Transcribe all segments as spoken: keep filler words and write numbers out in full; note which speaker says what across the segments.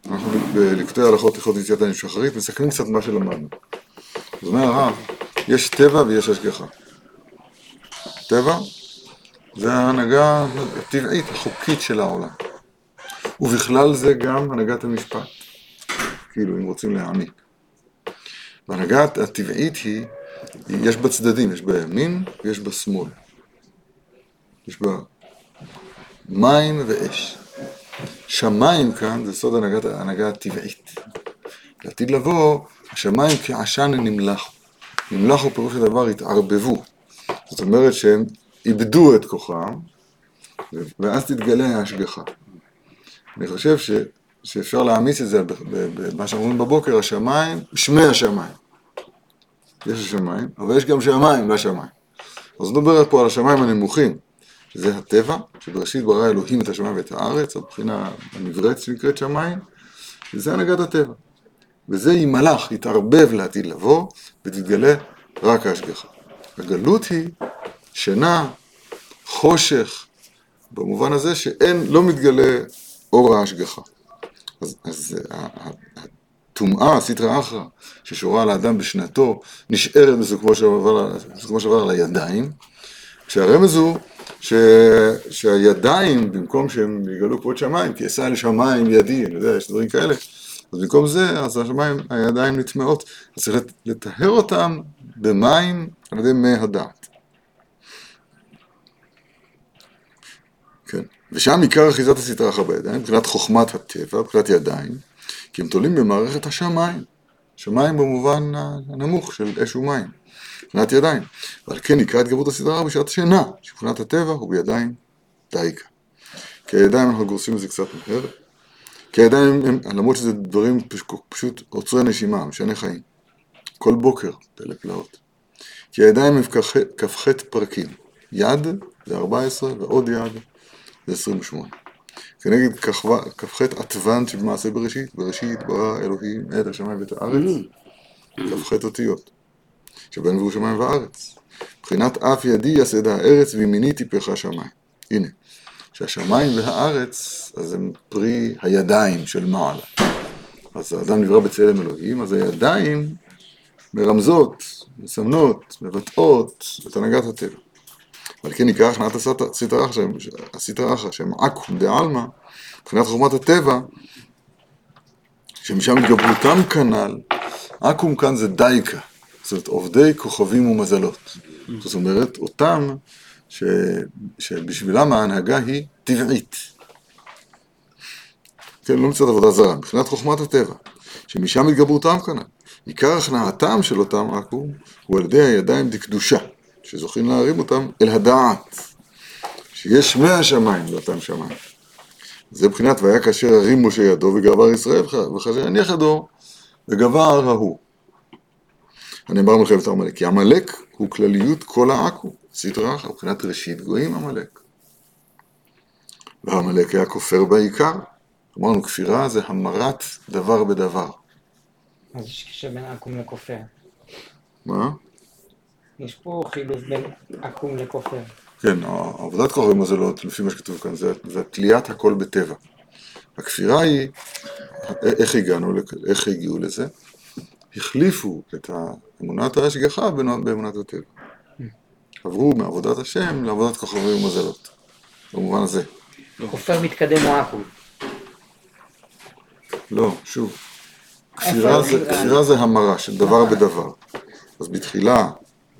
Speaker 1: אנחנו בליקוטי ההלכות הלכות יציאת דין שחרית, מסכמים קצת מה שלמדנו. זאת אומרת, הרב, יש טבע ויש השגחה. טבע זה ההנהגה הטבעית, החוקית של העולם. ובכלל זה גם הנהגת המשפט. כאילו, אם רוצים להעמיק. וההנהגה הטבעית היא, יש בה צדדים, יש בה ימין ויש בה שמאל. יש בה מים ואש. שמיים כאן זה סוד הנהגת, ההנהגה הטבעית. לעתיד לבוא, השמיים כעשן נמלחו. נמלחו פירוש הדבר התערבבו. זאת אומרת שהם איבדו את כוחם, ואז תתגלה ההשגחה. אני חושב ש, שאפשר להעמיס את זה במה שאנחנו אומרים בבוקר, השמיים, שמי השמיים. יש השמיים, אבל יש גם שמיים לשמיים. אז נדבר פה על השמיים הנמוכים, שזה הטבע, שבראשית ברא אלוהים את השמיים ואת הארץ, הבחינה הנבראת שנקראת שמיים, וזה הנהגת הטבע. וזה ימלח, יתערבב לעתיד לבוא, ותתגלה רק ההשגחה. הגלות היא שינה, חושך, במובן הזה שאין, לא מתגלה אור ההשגחה. אז, אז הטומאה, הסטרא אחרא, ששורה על האדם בשנתו, נשארת בסיכומו של דבר על הידיים, כשהרמז הוא ש... שהידיים, במקום שהם יגלו כבוד שמיים, כי אשא אל שמיים ידי, אני יודע, יש דברים כאלה, אז במקום זה, אז השמיים, הידיים נטמעות, אז צריך לטהר אותם במים על ידי מי הדעת. כן. ושם עיקר אחיזת הסטרא אחרא בידיים, מבחינת חוכמת הטבע, מבחינת ידיים, כי הם תולים במערכת השמיים. שמיים במובן הנמוך של אש ומים, מבחינת ידיים. ועל כן עיקר התגברות הסטרא אחרא בשעת שינה, שמבחינת הטבע הוא בידיים דייקה. כי הידיים אנחנו גורסים את זה קצת מהר. כי הידיים הם, למרות שזה דברים פשוט עוצרי נשימה, משנה חיים. כל בוקר, פלא פלאות. כי הידיים הם כ"ח פרקים. יד זה ארבע עשרה ועוד יד זה עשרים ושמונה. כנגד כ"ח עטוון שבמעשה בראשית, בראשית ברא אלוהים את השמיים ואת הארץ, כ"ח אותיות, שבהן נבראו שמיים וארץ. מבחינת אף ידי יסד הארץ וימיני טיפחה שמיים. הנה, שהשמיים והארץ, אז הם פרי הידיים של מעלה. אז האדם נברא בצלם אלוהים, אז הידיים מרמזות, מסמנות, מבטאות את הנהגת הטבע. אבל כן נקרא הכנעת הסטרא אחרא, שהם עכו"ם דעלמא, מבחינת חוכמת הטבע, שמשם התגברותם כנ"ל, עכו"ם כאן זה דייקה, זאת אומרת עובדי כוכבים ומזלות. זאת אומרת, אותם ש... שבשבילם ההנהגה היא טבעית. כן, לא מצד עבודה זרה, מבחינת חוכמת הטבע, שמשם התגברותם כנ"ל. עיקר הכנעתם של אותם עכו"ם הוא על ידי הידיים דקדושה, שזוכים להרים אותם אל הדעת, שיש מי השמיים לאותם שמיים. זה מבחינת והיה כאשר הרים משה ידו וגבר ישראל וכאשר הניח ידו וגבר ההוא. הנאמר מלחמת עמלק, כי עמלק הוא כלליות כל העכו"ם, סטרא אחרא, מבחינת ראשית גויים עמלק. והעמלק היה כופר בעיקר. אמרנו, כפירה זה המרת דבר בדבר.
Speaker 2: אז יש קשר בין עכו"ם לכופר.
Speaker 1: מה?
Speaker 2: יש פה חילוף בין עכו"ם לכופר.
Speaker 1: כן, עבודת כוכבים מזלות, לפי מה שכתוב כאן, זה, זה תליית הכל בטבע. הכפירה היא, איך הגענו, איך הגיעו לזה? החליפו את אמונת ההשגחה באמונת הטבע. עברו מעבודת השם לעבודת כוכבים ומזלות. במובן הזה.
Speaker 2: כופר מתקדם או עכו"ם?
Speaker 1: לא, שוב. כפירה זה, כפירה זה המרה של דבר בדבר. אז בתחילה,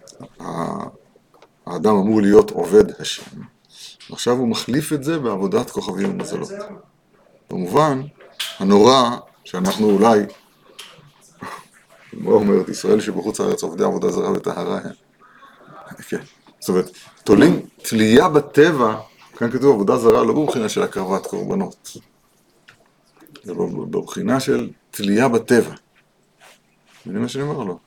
Speaker 1: האדם אמור להיות עובד השם. עכשיו הוא מחליף את זה בעבודת כוכבים ומזלות. במובן, הנורא שאנחנו אולי, מה אומרת ישראל שבחוץ הארץ עובדי עבודה זרה וטהרה הם. כן. זאת אומרת, תולים, תלייה בטבע, כאן כתוב עבודה זרה לא בבחינה של הקרבת קורבנות. זה בבחינה של תלייה בטבע. מבינים מה שאני אומר לו?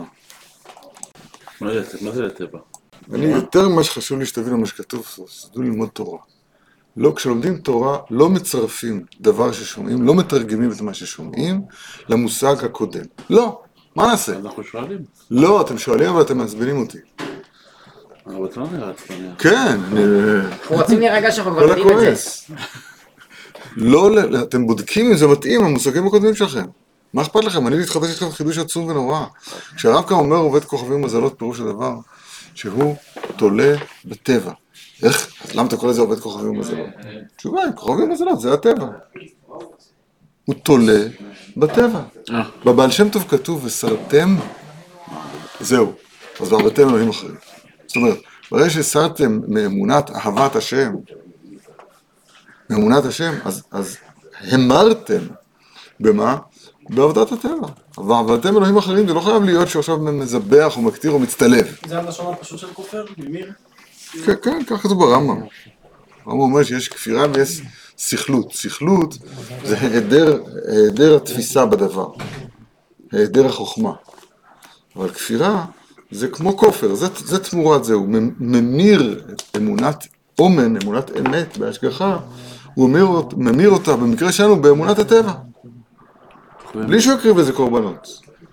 Speaker 3: מה זה לטבע?
Speaker 1: אני יותר ממה שחשוב לי שתבינו מה שכתוב, שתדעו ללמוד תורה. לא, כשלומדים תורה, לא מצרפים דבר ששומעים, לא מתרגמים את מה ששומעים למושג הקודם. לא, מה נעשה?
Speaker 3: אנחנו שואלים.
Speaker 1: לא, אתם שואלים אבל אתם מעצבנים אותי.
Speaker 3: אבל אתה לא נראה עצבני.
Speaker 1: כן, אני...
Speaker 2: אנחנו רוצים להירגע שאנחנו כבר יודעים את זה.
Speaker 1: לא, אתם בודקים אם זה מתאים למושגים הקודמים שלכם. מה אכפת לכם? אני להתחדש איתכם חידוש עצום ונורא. כשהרב כאן אומר עובד כוכבים ומזלות, פירוש הדבר שהוא תולה בטבע. איך? אז למה אתה קורא לזה עובד כוכבים ומזלות? תשובה, כוכבים ומזלות, זה הטבע. הוא תולה בטבע. בבעל שם טוב כתוב, וסרתם, זהו. אז ועבדתם אלוהים אחרים. זאת אומרת, ברגע שסרתם מאמונת אהבת השם, מאמונת השם, אז, אז המרתם במה? בעבודת הטבע. ועבדתם אלוהים אחרים, זה לא חייב להיות שעכשיו מזבח או מקטיר או מצטלב.
Speaker 4: זה הלשון הפשוט של כופר, ממיר?
Speaker 1: כן, כן, כך כתוב ברמב"ם. הרמב"ם אומר שיש כפירה ויש סכלות. סכלות זה היעדר, היעדר התפיסה בדבר. היעדר החוכמה. אבל כפירה זה כמו כופר, זה, זה תמורת זה, הוא ממיר אמונת אומן, אמונת אמת בהשגחה, הוא ממיר, ממיר אותה במקרה שלנו באמונת הטבע. בלי שהוא יקריב איזה קורבנות.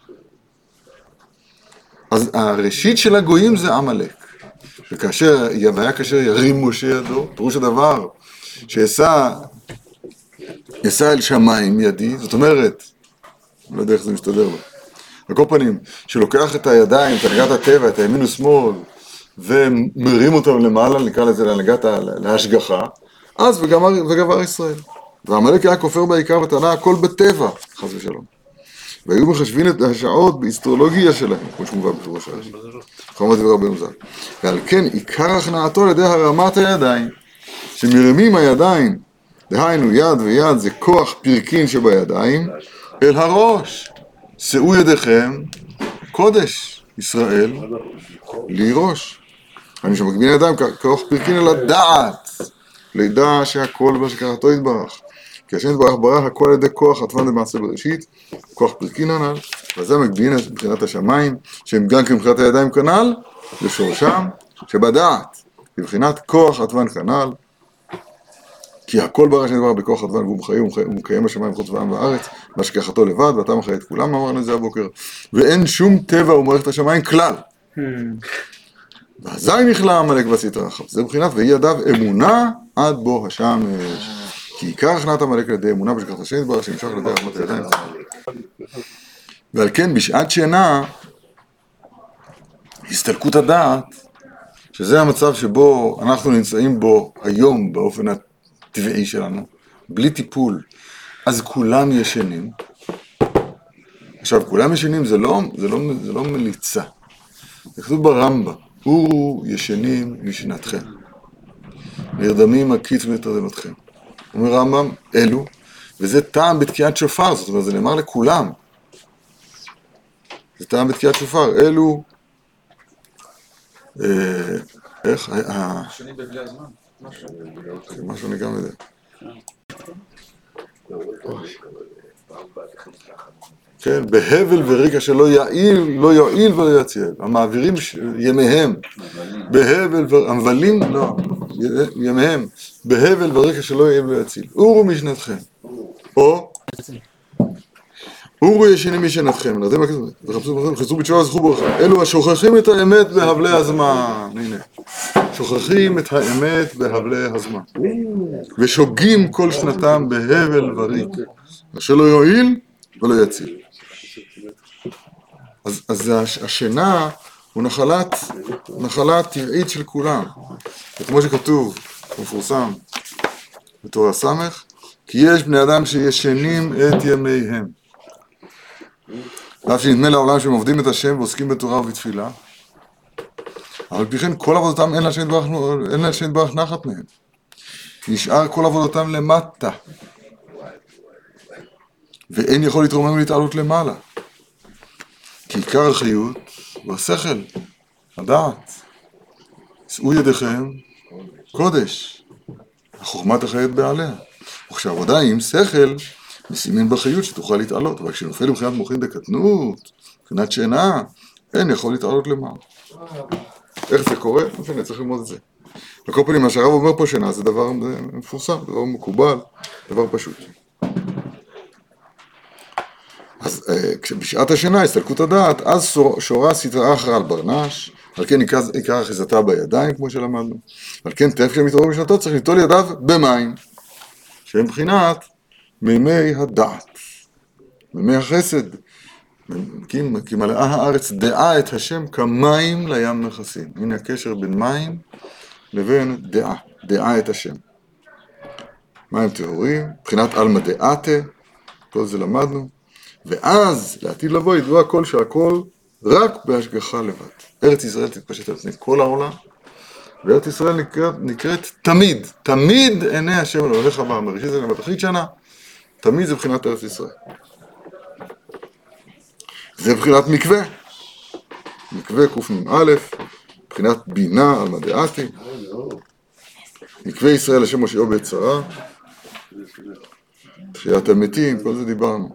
Speaker 1: אז הראשית של הגויים זה עמלק. וכאשר, והיה כאשר ירים משה ידו, פירוש הדבר, שעשה, עשה אל שמיים ידי, זאת אומרת, לא יודע איך זה מסתדר לו, על כל פנים, שלוקח את הידיים, את הנהגת הטבע, את הימין ושמאל, ומרים אותם למעלה, נקרא לזה להנהגת להשגחה, אז וגמר, וגבר ישראל. והעמלק היה כופר בעיקר וטענה הכל בטבע, חס ושלום. והיו מחשבים את השעות באסטרולוגיה שלהם, כמו שמובא בפירוש הרש"י. חומת דבר רבנו ז"ל. ועל כן עיקר הכנעתו על ידי הרמת הידיים, שמרימים הידיים, דהיינו יד ויד זה כוח פרקין שבידיים, אל הראש. שאו ידיכם, קודש ישראל, לי ראש. אני שמקבין ידיים, כוח פרקין אל הדעת, לידע שהכל בשכרתו יתברך. כי השם יתברך ברא הכל על ידי כוח עטוון למעשה בראשית, כוח פרקין הנ"ל, וזה מקבין מבחינת השמיים, שהם גם כמבחינת הידיים כנ"ל, לשורשם, שבדעת, מבחינת כוח עטוון כנ"ל, כי הכל ברא השם יתברך בכוח עטוון, והוא מחיה, הוא מקיים השמיים חוץ ועם וארץ, בהשגחתו לבד, ואתה מחיה את כולם, אמרנו את זה הבוקר, ואין שום טבע ומערכת השמיים כלל. ואזי נכלא עמלק בסטרא אחת, זה מבחינת ויהי ידיו אמונה עד בו השמש. כי עיקר הכנעת עמלק על ידי אמונה בהשגחת השם יתברך שנמשך על ידי רחמת הידיים. ועל כן בשעת שינה, הסתלקות הדעת, שזה המצב שבו אנחנו נמצאים בו היום באופן הטבעי שלנו, בלי טיפול, אז כולם ישנים. עכשיו, כולם ישנים זה לא, זה לא, זה לא מליצה. זה כתוב ברמב"ם, אורו ישנים משנתכם, נרדמים הקיץ מתרדמתכם. אומר רמב"ם, אלו, וזה טעם בתקיעת שופר, זאת אומרת, זה נאמר לכולם. זה טעם בתקיעת שופר, אלו, אה, איך, אה,
Speaker 4: שני בבלי הזמן.
Speaker 1: משהו אני גם יודע. כן, בהבל וריקה שלא יעיל, לא יועיל ולא יציל. המעבירים ימיהם, בהבל והמבלים, לא, ימיהם, בהבל וריקה שלא יעיל ולא יציל. אורו משנתכם. או, אורו ישנים משנתכם. וחפשו בתשובה וזכו ברכה. אלו השוכחים את האמת בהבלי הזמן. הנה. שוכחים את האמת בהבלי הזמן. ושוגים כל שנתם בהבל וריק. אשר לא יועיל ולא יציל. אז, אז השינה הוא נחלת, נחלת טבעית של כולם. וכמו שכתוב, מפורסם בתורה סמך, כי יש בני אדם שישנים את ימיהם. ואף שנדמה לעולם שהם עובדים את השם ועוסקים בתורה ובתפילה, אבל בכן כל עבודתם אין להשם יתברך נחת מהם. נשאר כל עבודתם למטה. ואין יכול להתרומם ולהתעלות למעלה. כי עיקר החיות הוא השכל, הדעת. שאו ידיכם, קודש. החוכמה תחיית בעליה. וכשהעבודה היא עם שכל, משימים בחיות שתוכל להתעלות. אבל כשנופל מבחינת מוחין דקטנות, מבחינת שינה, אין יכול להתעלות למעלה. איך זה קורה? אני צריך ללמוד את זה. על כל פנים, מה שהרב אומר פה שינה זה דבר מפורסם, דבר מקובל, דבר פשוט. אז כשבשעת השינה, הסתלקות הדעת, אז שורה סטרא אחרא על ברנש, על כן עיקר אחיזתה בידיים, כמו שלמדנו, על כן תכף כשמתעורר משנתו צריך ליטול ידיו במים. שהם בחינת מימי הדעת, מימי החסד, כי, כי מלאה הארץ דעה את השם כמים לים מכסים. הנה הקשר בין מים לבין דעה, דעה את השם. מים טהורים, בחינת אלמא דעתה, כל זה למדנו, ואז לעתיד לבוא ידעו הכל שהכל רק בהשגחה לבד. ארץ ישראל תתפשט על פני כל העולם, וארץ ישראל נקראת, נקראת תמיד, תמיד עיני השם אלוהיך בה, מראשית זה בתחילית שנה, תמיד זה בחינת ארץ ישראל. זה בחינת מקווה, מקווה קנ"א, בחינת בינה אלמא דעתי, מקווה ישראל השם מושיעו בעת צרה, תחיית המתים, כל זה דיברנו.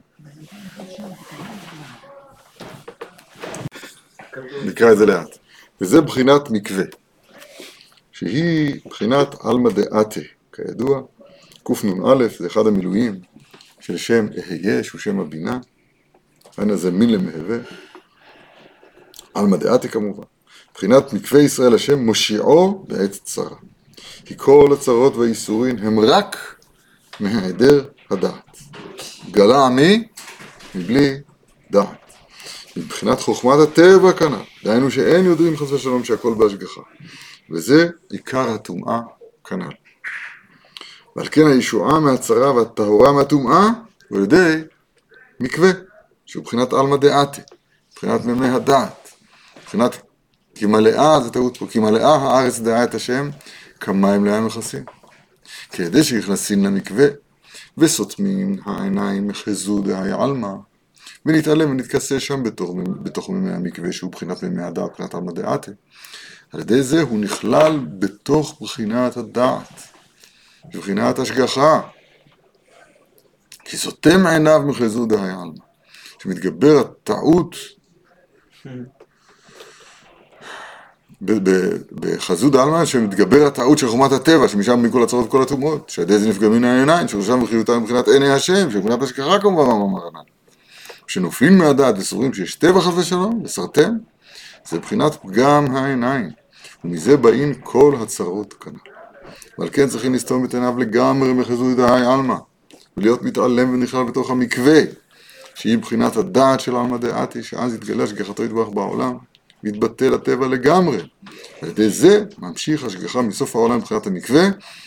Speaker 1: נקרא את זה לאט. וזה בחינת מקווה, שהיא בחינת אלמא דעתה, כידוע, קנ"א זה אחד המילואים של שם אהיה, שהוא שם הבינה, הנה זה מין למהווה, אלמא דעתה כמובן. בחינת מקווה ישראל השם מושיעו בעת צרה, כי כל הצרות והאיסורים הם רק מהיעדר הדעת. גלה עמי מבלי דעת. מבחינת חוכמת הטבע כנ"ל, דהיינו שאין יודעים חס ושלום שהכל בהשגחה, וזה עיקר הטומאה כנ"ל. ועל כן הישועה מהצרה והטהורה מהטומאה הוא על ידי מקווה, שהוא בחינת אלמא דעתה, בחינת מימי הדעת, בחינת כי מלאה, זה טעות פה, כי מלאה הארץ דעה את השם כמים לים מכסים. כדי שיכנסים למקווה וסותמים העיניים מחזו דהי עלמא, ונתעלם ונתכסה שם בתוך, בתוך מימי המקווה שהוא בחינת מימי הדעת, בחינת אלמא דעתה. על ידי זה הוא נכלל בתוך בחינת הדעת, בחינת השגחה. כי סותם עיניו מחזו דהי עלמא, שמתגבר הטעות בחזות דעלמא, שמתגבר הטעות של חוכמת הטבע, שמשם מכל הצרות וכל הטומאות, שעדי זה נפגמים מהעיניים, שראשם וחיותם מבחינת עיני השם, שבחינת השגחה כמובן אמר הנ"ל. כשנופלים מהדעת וסוברים שיש טבע חס ושלום, וסרתם, זה בחינת פגם העיניים, ומזה באים כל הצרות כנ"ל. ועל כן צריכים לסתום את עיניו לגמרי מחזות דהי עלמא, ולהיות מתעלם ונכלל בתוך המקווה, שהיא בחינת הדעת של אלמא דעתה, שאז יתגלה השגחתו יתברך בעולם, מתבטל הטבע לגמרי. על ידי זה ממשיך השגחה מסוף העולם מבחינת המקווה,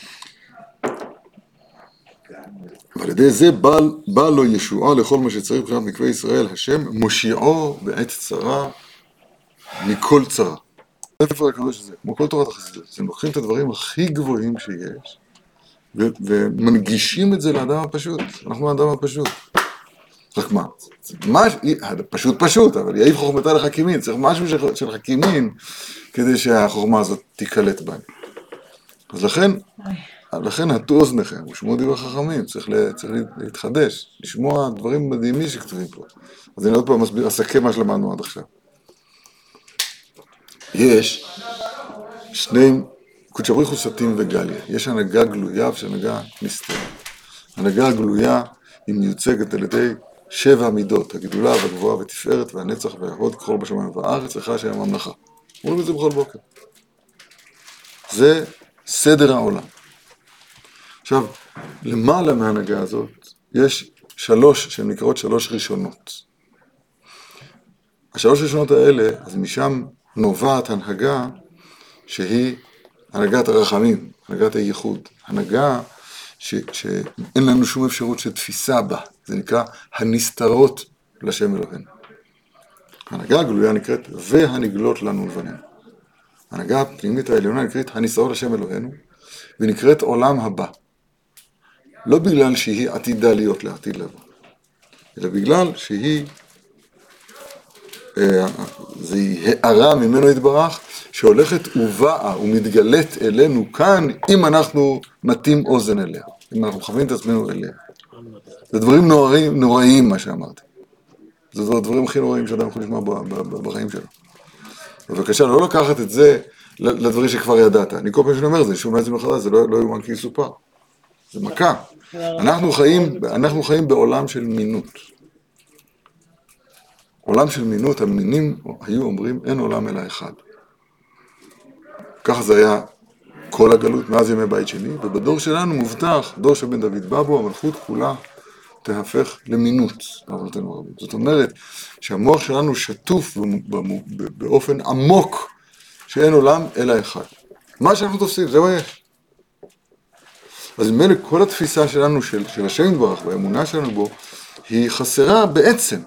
Speaker 1: ועל ידי זה בא, בא לו ישועה לכל מה שצריך מבחינת מקווה ישראל, השם מושיעו בעת צרה מכל צרה. ספר הקדוש הזה, כמו כל תורת החסידות, הם לוקחים את הדברים הכי גבוהים שיש, ו- ומנגישים את זה לאדם הפשוט. אנחנו האדם הפשוט. רק מה? מה פשוט פשוט, אבל יעיב חוכמתה לחכימין, צריך משהו של, של חכימין כדי שהחוכמה הזאת תיקלט בהם. אז לכן, לכן הטו אוזניכם, ושמעו דברי חכמים, צריך, לה, צריך להתחדש, לשמוע דברים מדהימים שכתובים פה. אז אני עוד פעם מסביר, אסכם מה שלמדנו עד עכשיו. יש שני קודש הבריך הוא סטים וגליה, יש הנהגה גלויה והנהגה נסתרת. הנהגה הגלויה היא מיוצגת על ידי שבע מידות, הגדולה והגבוהה ותפארת והנצח וההוד ככל בשמיים ובארץ, לך השם הממלכה. אומרים את זה בכל בוקר. זה סדר העולם. עכשיו, למעלה מההנהגה הזאת יש שלוש, שהן נקראות שלוש ראשונות. השלוש ראשונות האלה, אז משם נובעת הנהגה שהיא הנהגת הרחמים, הנהגת הייחוד, הנהגה ש, שאין לנו שום אפשרות של תפיסה בה, זה נקרא הנסתרות לשם אלוהינו. ההנהגה הגלויה נקראת והנגלות לנו לבנינו. ההנהגה הפנימית העליונה נקראת הנסתרות לשם אלוהינו, ונקראת עולם הבא. לא בגלל שהיא עתידה להיות לעתיד לבוא, אלא בגלל שהיא, זה הערה ממנו יתברך, שהולכת ובאה ומתגלת אלינו כאן, אם אנחנו מתאים אוזן אליה, אם אנחנו מכוונים את עצמנו אליה. זה דברים נוראים, נוראים מה שאמרתי. זה הדברים הכי נוראים שאדם יכול לשמוע בחיים שלו. בבקשה, לא לקחת את זה לדברים שכבר ידעת. אני כל פעם שאני אומר את זה, אני שומע את זה מחדש, זה לא, לא יומן כי יסופר. זה מכה. אנחנו חיים, אנחנו חיים בעולם של מינות. עולם של מינות, המינים היו אומרים, אין עולם אלא אחד. ככה זה היה כל הגלות, מאז ימי בית שני, ובדור שלנו מובטח, דור שבן דוד בא בו, המלכות כולה תהפך למינות. זאת אומרת שהמוח שלנו שטוף באופן עמוק, שאין עולם אלא אחד. מה שאנחנו תופסים, זה מה יש. אז ממילא כל התפיסה שלנו של, של השם יתברך, והאמונה שלנו בו, היא חסרה בעצם.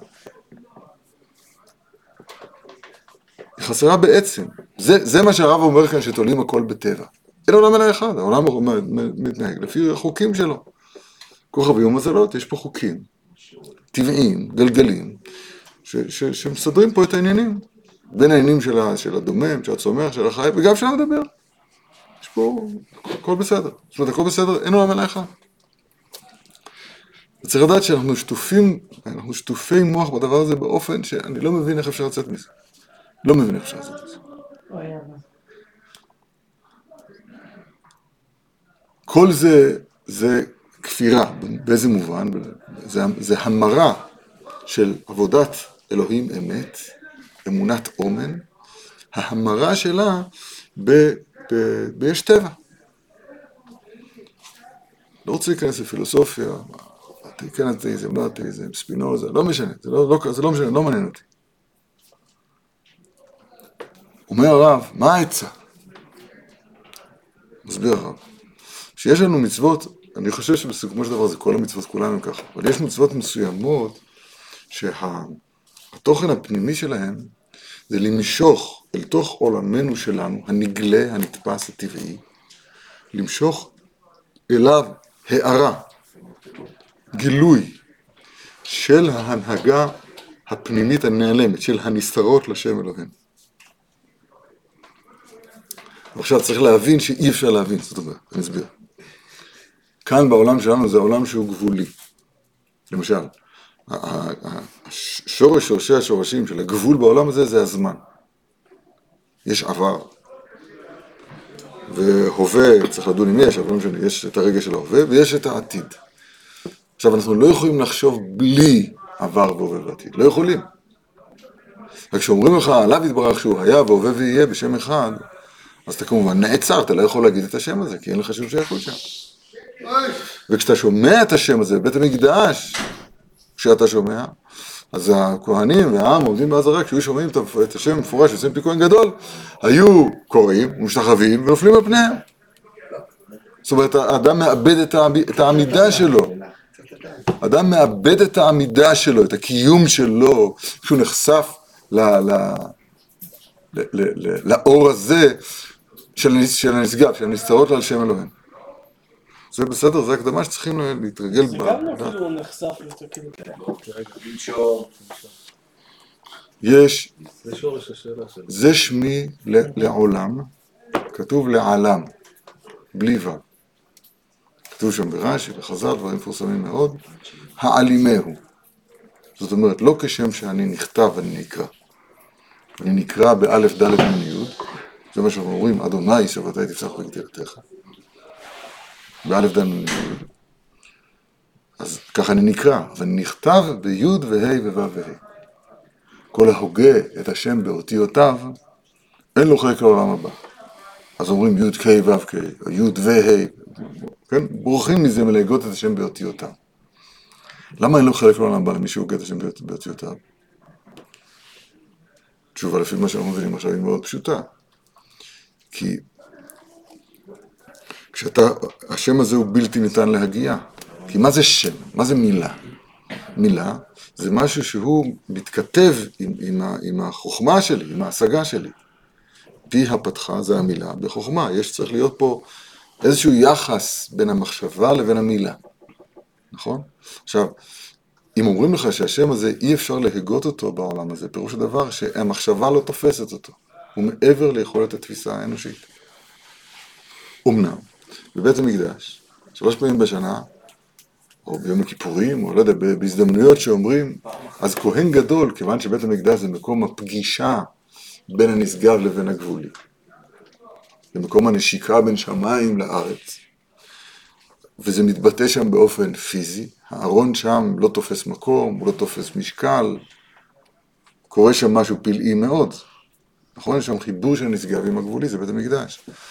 Speaker 1: היא חסרה בעצם. זה, זה מה שהרב אומר כאן, שתולים הכל בטבע. אין עולם אלא אחד, העולם מתנהג לפי החוקים שלו. כוכבים ומזלות, יש פה חוקים, טבעיים, גלגלים, ש, ש, שמסדרים פה את העניינים. בין העניינים של, ה, של הדומם, של הצומח, של החי, וגם של המדבר. יש פה, הכל בסדר. זאת אומרת, הכל בסדר, אין עולם אלא אחד. וצריך לדעת שאנחנו שטופים, אנחנו שטופי מוח בדבר הזה באופן שאני לא מבין איך אפשר לצאת מזה. לא מבין איך אפשר לצאת מזה. כל זה, זה כפירה. באיזה מובן? זה, זה המרה של עבודת אלוהים אמת, אמונת אומן, ההמרה שלה ב, ב, ביש טבע. לא רוצה להיכנס לפילוסופיה, כן אתאיזם, לא אתאיזם, ספינוזה, לא משנה, זה לא, לא, זה לא משנה, לא מעניין אותי. אומר הרב, מה העצה? מסביר הרב. שיש לנו מצוות, אני חושב שבסיכומו של דבר זה כל המצוות כולם הם ככה, אבל יש מצוות מסוימות שהתוכן הפנימי שלהם זה למשוך אל תוך עולמנו שלנו, הנגלה, הנתפס, הטבעי, למשוך אליו הערה, גילוי של ההנהגה הפנימית הנעלמת, של הנסתרות לשם אלוהים. ועכשיו צריך להבין שאי אפשר להבין, זאת אומרת, אני אסביר. כאן בעולם שלנו זה העולם שהוא גבולי. למשל, השורש, שורשי השורשים של הגבול בעולם הזה זה הזמן. יש עבר, והווה, צריך לדון אם יש, אבל לא משנה, יש את הרגע של ההווה ויש את העתיד. עכשיו, אנחנו לא יכולים לחשוב בלי עבר והווה ועתיד, לא יכולים. רק כשאומרים לך, עליו יתברך שהוא היה והווה ויהיה בשם אחד, אז אתה כמובן נעצר, אתה לא יכול להגיד את השם הזה, כי אין לך שום שייכות שם. וכשאתה שומע את השם הזה, בית המקדש, כשאתה שומע, אז הכהנים והעם עומדים בעזרה, כשהיו שומעים את השם מפורש, עושים פי כהן גדול, היו קוראים ומשתחווים ונופלים על פניהם. זאת אומרת, האדם מאבד את העמידה שלו. האדם מאבד את העמידה שלו, את הקיום שלו, כשהוא נחשף ל, ל, ל, ל, ל, לאור הזה של הנשגב, של הנסתרות על שם אלוהים. זה בסדר, זה הקדמה שצריכים להתרגל בה.
Speaker 5: זה גם לא כאילו נחשף יותר כאילו.
Speaker 1: יש,
Speaker 3: זה שורש השאלה שלי.
Speaker 1: זה שמי לעולם, כתוב לעלם, בלי ו. כתוב שם ברש"י, בחז"ל, דברים מפורסמים מאוד, העלימהו. זאת אומרת, לא כשם שאני נכתב, אני נקרא. אני נקרא באלף ד' מיניות, זה מה שאנחנו אומרים, אדוני שבתי תפתח בגדרתך. באלף ד' מיניות. אז ככה אני נקרא, ואני נכתב ביוד והי וו' והי. כל ההוגה את השם באותיותיו, אין לו חלק לעולם הבא. אז אומרים יוד קי ו' קי, או יוד והי, כן? בורחים מזה מלהגות את השם באותיותיו. למה אין לו חלק לעולם הבא למי שהוגה את השם באותיותיו? תשובה לפי מה שאנחנו מבינים עכשיו היא מאוד פשוטה. כי כשאתה, השם הזה הוא בלתי ניתן להגיע. כי מה זה שם? מה זה מילה? מילה זה משהו שהוא מתכתב עם, עם, עם החוכמה שלי, עם ההשגה שלי. פי הפתחה זה המילה בחוכמה. יש צריך להיות פה איזשהו יחס בין המחשבה לבין המילה. נכון? עכשיו, אם אומרים לך שהשם הזה אי אפשר להגות אותו בעולם הזה, פירוש הדבר שהמחשבה לא תופסת אותו. הוא מעבר ליכולת התפיסה האנושית. אמנם, בבית המקדש, שלוש פעמים בשנה, או ביום הכיפורים, או לא יודע, בהזדמנויות שאומרים, אז כהן גדול, כיוון שבית המקדש זה מקום הפגישה בין הנשגב לבין הגבולי. זה מקום הנשיקה בין שמיים לארץ. וזה מתבטא שם באופן פיזי. הארון שם לא תופס מקום, הוא לא תופס משקל. קורה שם משהו פלאי מאוד. נכון? יש שם חיבור של נשגב עם הגבולי, זה בית המקדש.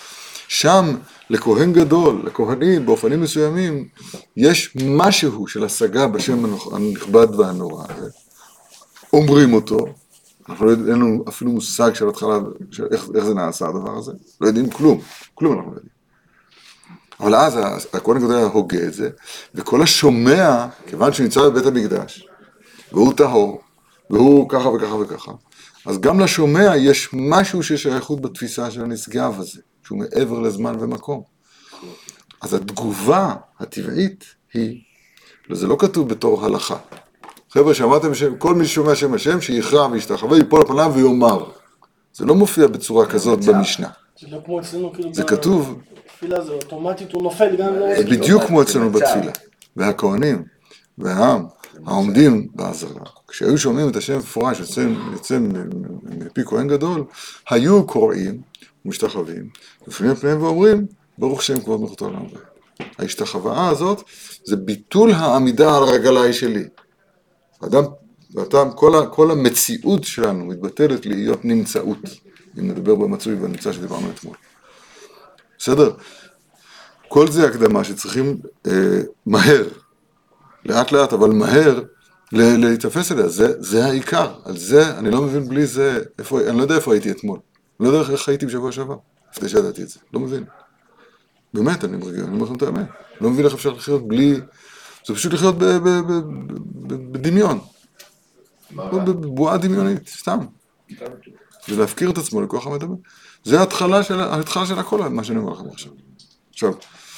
Speaker 1: שם לכהן גדול, לכהנים באופנים מסוימים, יש משהו של השגה בשם הנכבד והנורא הזה. אומרים אותו, אנחנו לא יודעים, אין לנו אפילו מושג של התחלה, של איך, איך זה נעשה הדבר הזה, לא יודעים כלום, כלום אנחנו לא יודעים. אבל אז הכהן הגדול היה הוגה את זה, וכל השומע, כיוון שנמצא בבית המקדש, והוא טהור, והוא ככה וככה וככה, אז גם לשומע יש משהו שיש שייכות בתפיסה של הנשגב הזה, שהוא מעבר לזמן ומקום. אז התגובה הטבעית היא, וזה לא כתוב בתור הלכה. חבר'ה, שמעתם שכל מי ששומע שם השם, שיכרע וישתחווה, ייפול על פניו ויאמר. זה לא מופיע בצורה כזאת במשנה.
Speaker 5: זה לא כמו אצלנו, כאילו...
Speaker 1: זה כתוב...
Speaker 5: בתפילה זה אוטומטית, הוא נופל גם לא...
Speaker 1: זה בדיוק כמו אצלנו בתפילה. והכהנים והעם העומדים בעזרה, כשהיו שומעים את השם מפורש יוצא מפי כהן גדול, היו קוראים ומשתחווים, לפני פניהם ואומרים, ברוך שם כבוד מלכותו לעולם ועד. ההשתחוואה הזאת זה ביטול העמידה על רגליי שלי. אדם, ואדם, כל, ה, כל המציאות שלנו מתבטלת להיות נמצאות, אם נדבר במצוי והנמצא שדיברנו אתמול. בסדר? כל זה הקדמה שצריכים אה, מהר, לאט לאט, אבל מהר, להתאפס אליה. זה, זה העיקר. על זה, אני לא מבין בלי זה, איפה, אני לא יודע איפה הייתי אתמול. אני לא יודע איך הייתי בשבוע שעבר, לפני שידעתי את זה. לא מבין. באמת, אני מרגיע, אני אומר לכם את האמת. לא מבין איך אפשר לחיות בלי... זה פשוט לחיות ב, ב, ב, ב, בדמיון. בבועה דמיונית, סתם. ולהפקיר את עצמו לכוח המדבר. זה ההתחלה של, ההתחלה של הכל, מה שאני אומר לכם עכשיו. עכשיו,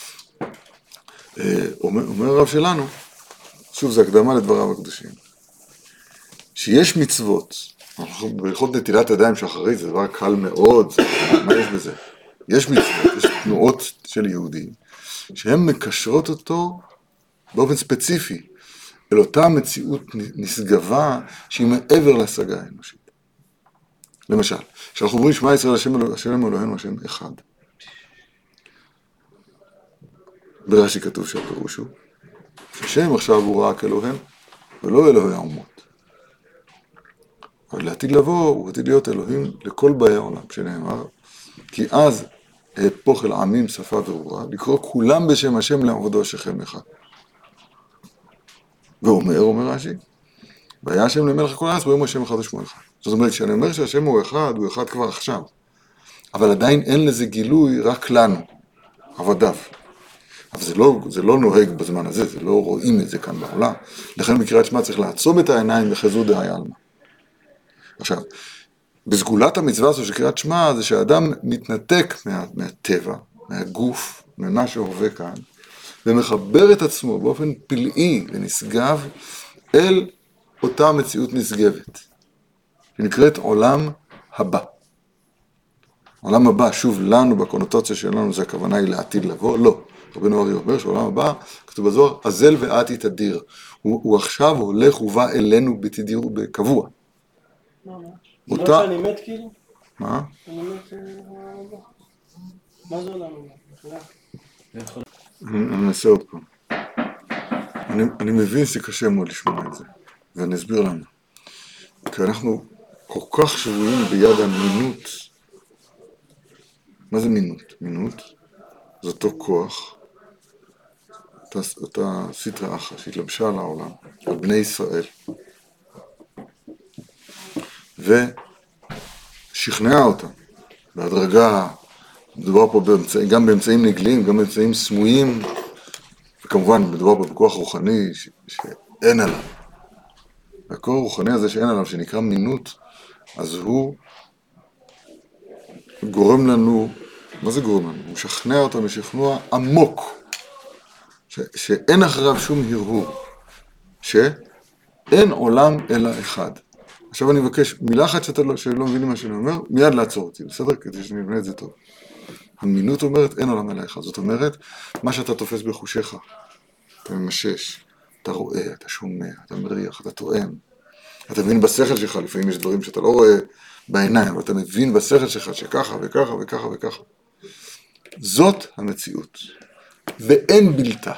Speaker 1: אומר, אומר הרב שלנו, שוב, זה הקדמה לדבריו הקדושים, שיש מצוות, ברכות נטילת ידיים שאחרי, זה דבר קל מאוד, מה יש בזה? יש מצוות, יש תנועות של יהודים, שהן מקשרות אותו באופן ספציפי, אל אותה מציאות נשגבה, שהיא מעבר להשגה האנושית. למשל, כשאנחנו אומרים שמע ישראל, השם אלוהינו, השם אחד. ברש"י כתוב שהפירוש הוא, שהשם עכשיו הוא רק אלוהים, ולא אלוהי האומות. אבל לעתיד לבוא, הוא עתיד להיות אלוהים לכל באי העולם, שנאמר, כי אז אהפוך אל עמים שפה ורורה, לקרוא כולם בשם השם לעבודו שכם אחד. ואומר, אומר רש"י, והיה השם למלך כל הארץ, ביום השם אחד ושמו אחד. זאת אומרת, כשאני אומר שהשם הוא אחד, הוא אחד כבר עכשיו. אבל עדיין אין לזה גילוי רק לנו, עבדיו. אבל זה לא, זה לא נוהג בזמן הזה, זה לא רואים את זה כאן בעולם. לכן בקריאת שמע צריך לעצום את העיניים לחזות דהי עלמא. עכשיו, בסגולת המצווה הזו של קריאת שמע, זה שהאדם מתנתק מה, מהטבע, מהגוף, ממה שהווה כאן, ומחבר את עצמו באופן פלאי ונשגב אל אותה מציאות נשגבת, שנקראת עולם הבא. עולם הבא, שוב, לנו בקונוטציה שלנו, זה הכוונה היא לעתיד לבוא, לא. רבנו ארי אומר שעולם הבא, כתוב בזוהר, אזל ועתי תדיר. הוא, הוא עכשיו הולך ובא אלינו בתדיר ובקבוע.
Speaker 5: מה, מה?
Speaker 1: אותה...
Speaker 5: לא שאני מת כאילו?
Speaker 1: מה?
Speaker 5: אני מת... מה זה עולם הבא?
Speaker 1: אני אנסה עוד פעם. אני, אני מבין שקשה מאוד לשמוע את זה, ואני אסביר למה. כי אנחנו כל כך שבויים ביד המינות. מה זה מינות? מינות זה אותו כוח, אותה, אותה סטרא אחרא שהתלבשה על העולם, על בני ישראל, ושכנעה אותם בהדרגה. מדובר פה באמצע, גם באמצעים נגלים, גם באמצעים סמויים, וכמובן מדובר פה בכוח רוחני ש, שאין עליו. והכוח הרוחני הזה שאין עליו, שנקרא מינות, אז הוא גורם לנו, מה זה גורם לנו? הוא משכנע אותנו משכנוע עמוק, ש, שאין אחריו שום הרהור, שאין עולם אלא אחד. עכשיו אני מבקש מילה אחת שאתה לא, שלא מבינים מה שאני אומר, מיד לעצור אותי, בסדר? כדי שאני אבנה את זה טוב. המינות אומרת, אין עולם אלא אחד. זאת אומרת, מה שאתה תופס בחושיך, אתה ממשש, אתה רואה, אתה שומע, אתה מריח, אתה תואם. אתה מבין בשכל שלך, לפעמים יש דברים שאתה לא רואה בעיניים, אבל אתה מבין בשכל שלך שככה וככה וככה וככה. זאת המציאות. ואין בלתה.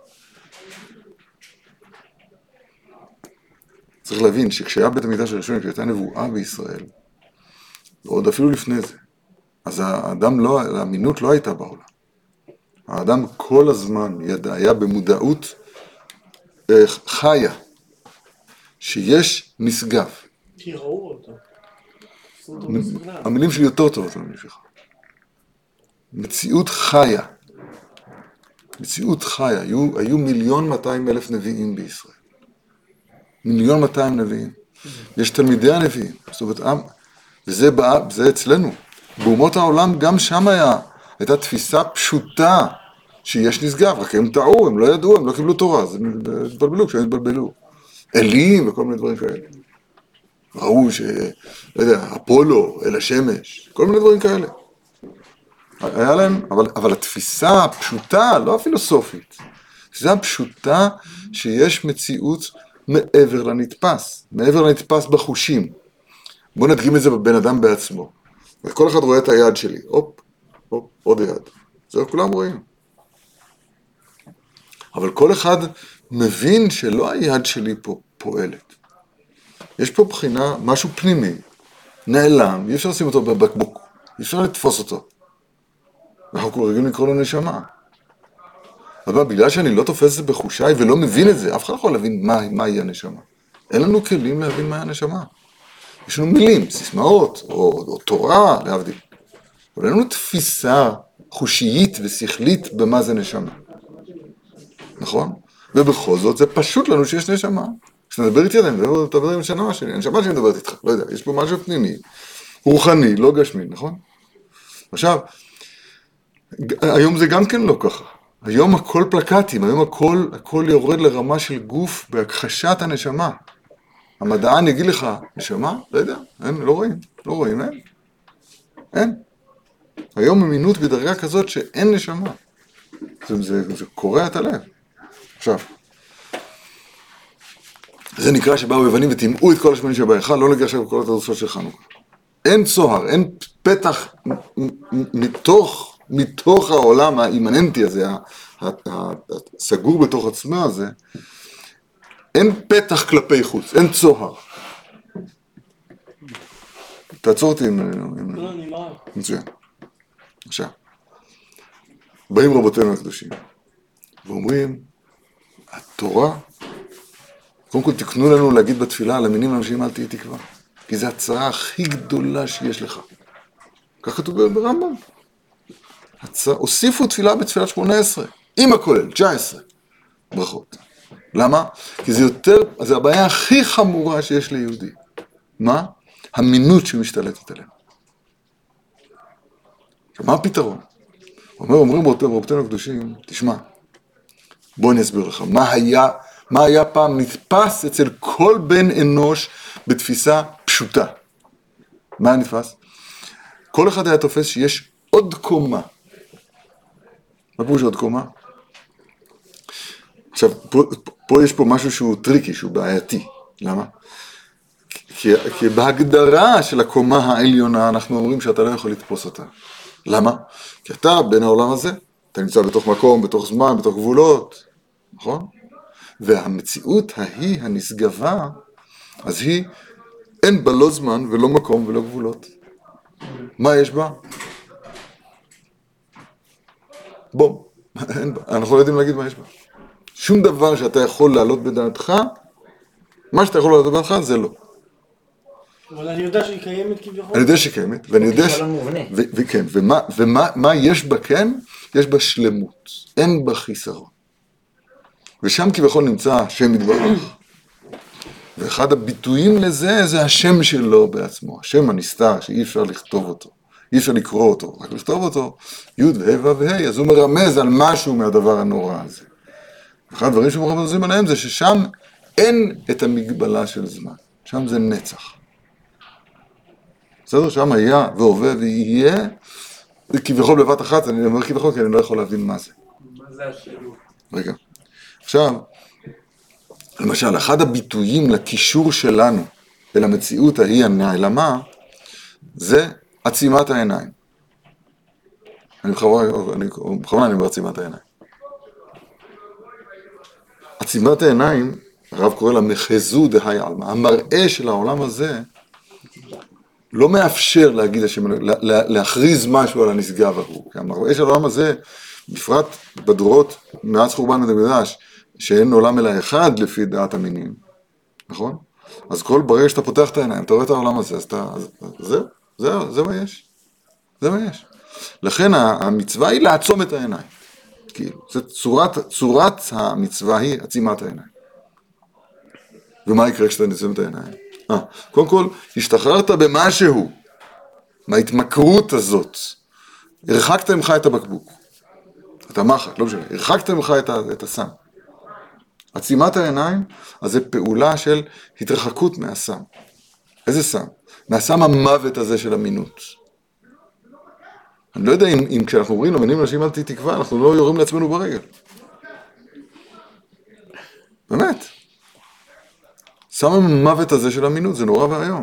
Speaker 1: צריך להבין שכשהיה בית המקדש הראשון, כשהייתה נבואה בישראל, ועוד אפילו לפני זה, אז האדם לא, האמינות לא הייתה בעולם. האדם כל הזמן ידע, היה במודעות אה, חיה, שיש נשגב.
Speaker 5: כי ראו אותו. עשו אותו בסגנן.
Speaker 1: המילים שלי יותר טובות ממשיך. מציאות חיה. מציאות חיה. היו, היו מיליון מאתיים אלף נביאים בישראל. מיליון מאתיים נביאים. יש תלמידי הנביאים. זאת אומרת, עם, וזה בא, זה אצלנו. באומות העולם גם שם היה, הייתה תפיסה פשוטה שיש נשגב, רק הם טעו, הם לא ידעו, הם לא קיבלו תורה, אז הם התבלבלו כשהם התבלבלו. אלים וכל מיני דברים כאלה. ראו ש... לא יודע, אפולו, אל השמש, כל מיני דברים כאלה. היה להם, אבל, אבל התפיסה הפשוטה, לא הפילוסופית, התפיסה הפשוטה שיש מציאות מעבר לנתפס, מעבר לנתפס בחושים. בואו נדגים את זה בבן אדם בעצמו. וכל אחד רואה את היד שלי, הופ, הופ, עוד יד. זהו, כולם רואים. אבל כל אחד מבין שלא היד שלי פה פועלת. יש פה בחינה, משהו פנימי, נעלם, אי אפשר לשים אותו בבקבוק, אי אפשר לתפוס אותו. אנחנו רגילים לקרוא לו נשמה. אבל בגלל שאני לא תופס את זה בחושיי ולא מבין את זה, אף אחד לא יכול להבין מה, מהי הנשמה. אין לנו כלים להבין מהי הנשמה. יש לנו מילים, סיסמאות, או, או תורה, להבדיל. אבל אין לנו תפיסה חושיית ושכלית במה זה נשמה. נכון? ובכל זאת זה פשוט לנו שיש נשמה. כשאתה מדבר איתי עדיין, אתה מדבר עם הנשמה שלי, הנשמה שלי מדברת איתך, לא יודע, יש פה משהו פנימי, רוחני, לא גשמי, נכון? עכשיו, היום זה גם כן לא ככה. היום הכל פלקטים, היום הכל, הכל יורד לרמה של גוף בהכחשת הנשמה. המדען יגיד לך, נשמה? לא יודע, אין, לא רואים, לא רואים, אין. אין. היום אמינות בדרגה כזאת שאין נשמה. זה, זה, זה קורע את הלב. עכשיו, זה נקרא שבאו יוונים וטימאו את כל השמנים שבהיכל, לא נגיע עכשיו בכל התרסות של חנוכה. אין צוהר, אין פתח מתוך, מתוך העולם האימננטי הזה, הסגור בתוך עצמו הזה, אין פתח כלפי חוץ, אין צוהר. תעצור אותי עם...
Speaker 5: לא, נמרא.
Speaker 1: מצוין. עכשיו, באים רבותינו הקדושים, ואומרים, התורה, קודם כל תקנו לנו להגיד בתפילה, למינים לאנשים אל תהי תקווה, כי זו הצרה הכי גדולה שיש לך. כך כתוב ברמב"ם. הצרה, הוסיפו תפילה בתפילת שמונה עשרה, עם הכולל, תשע עשרה, ברכות. למה? כי זה יותר, זה הבעיה הכי חמורה שיש ליהודי. מה? המינות שמשתלטת עליהם. עכשיו, מה הפתרון? אומר, אומרים רבותינו הקדושים, תשמע, בוא אני אסביר לך, מה היה, מה היה פעם נתפס אצל כל בן אנוש בתפיסה פשוטה. מה נתפס? כל אחד היה תופס שיש עוד קומה. מה פירוש עוד קומה? עכשיו, פה, פה יש פה משהו שהוא טריקי, שהוא בעייתי. למה? כי, כי בהגדרה של הקומה העליונה אנחנו אומרים שאתה לא יכול לתפוס אותה. למה? כי אתה בין העולם הזה, אתה נמצא בתוך מקום, בתוך זמן, בתוך גבולות, נכון? והמציאות ההיא, הנשגבה, אז היא, אין בה לא זמן ולא מקום ולא גבולות. מה יש בה? בום. אין בה. אנחנו לא יודעים להגיד מה יש בה. שום דבר שאתה יכול לעלות בדעתך, מה שאתה יכול לעלות בדעתך זה לא.
Speaker 5: אבל אני יודע שהיא קיימת כביכול.
Speaker 1: אני יודע שהיא קיימת, ואני יודע ש... וכן, ומה יש בה כן? יש בה שלמות, אין בה חיסרון. ושם כביכול נמצא השם יתברך. ואחד הביטויים לזה, זה השם שלו בעצמו, השם הנסתר, שאי אפשר לכתוב אותו, אי אפשר לקרוא אותו, רק לכתוב אותו, י' וה' וה', אז הוא מרמז על משהו מהדבר הנורא הזה. אחד הדברים שמרמזים עליהם זה ששם אין את המגבלה של זמן, שם זה נצח. בסדר? שם היה והווה ויהיה, כביכול בבת אחת, אני אומר כביכול כי אני לא יכול להבין מה זה.
Speaker 2: מה זה השילוב?
Speaker 1: רגע. עכשיו, למשל, אחד הביטויים לקישור שלנו אל המציאות ההיא הנעלמה, זה עצימת העיניים. אני בכוונה, אני, בכוונה אני אומר עצימת העיניים. עצימת העיניים, הרב קורא לה מחזו דהי עלמא, המראה של העולם הזה, לא מאפשר להגיד השם, להכריז משהו על הנשגב ההוא. כלומר, יש העולם הזה, בפרט בדורות מאז חורבן בית המקדש, שאין עולם אלא אחד לפי דעת המינים, נכון? אז כל ברגע שאתה פותח את העיניים, אתה רואה את העולם הזה, אז אתה, זהו, זהו, זה מה יש. זה מה יש. לכן המצווה היא לעצום את העיניים. כאילו, זה צורת, צורת המצווה היא עצימת העיניים. ומה יקרה כשאתה נעצם את העיניים? אה, קודם כל, השתחררת במשהו, מההתמכרות הזאת. הרחקת ממך את הבקבוק. את המחט, לא משנה. הרחקת ממך את, את הסם. עצימת העיניים, אז זה פעולה של התרחקות מהסם. איזה סם? מהסם המוות הזה של המינות. אני לא יודע אם, אם כשאנחנו אומרים למנים אנשים אל תתקווה, אנחנו לא יורים לעצמנו ברגל. באמת. סם המוות הזה של המינות, זה נורא והיום.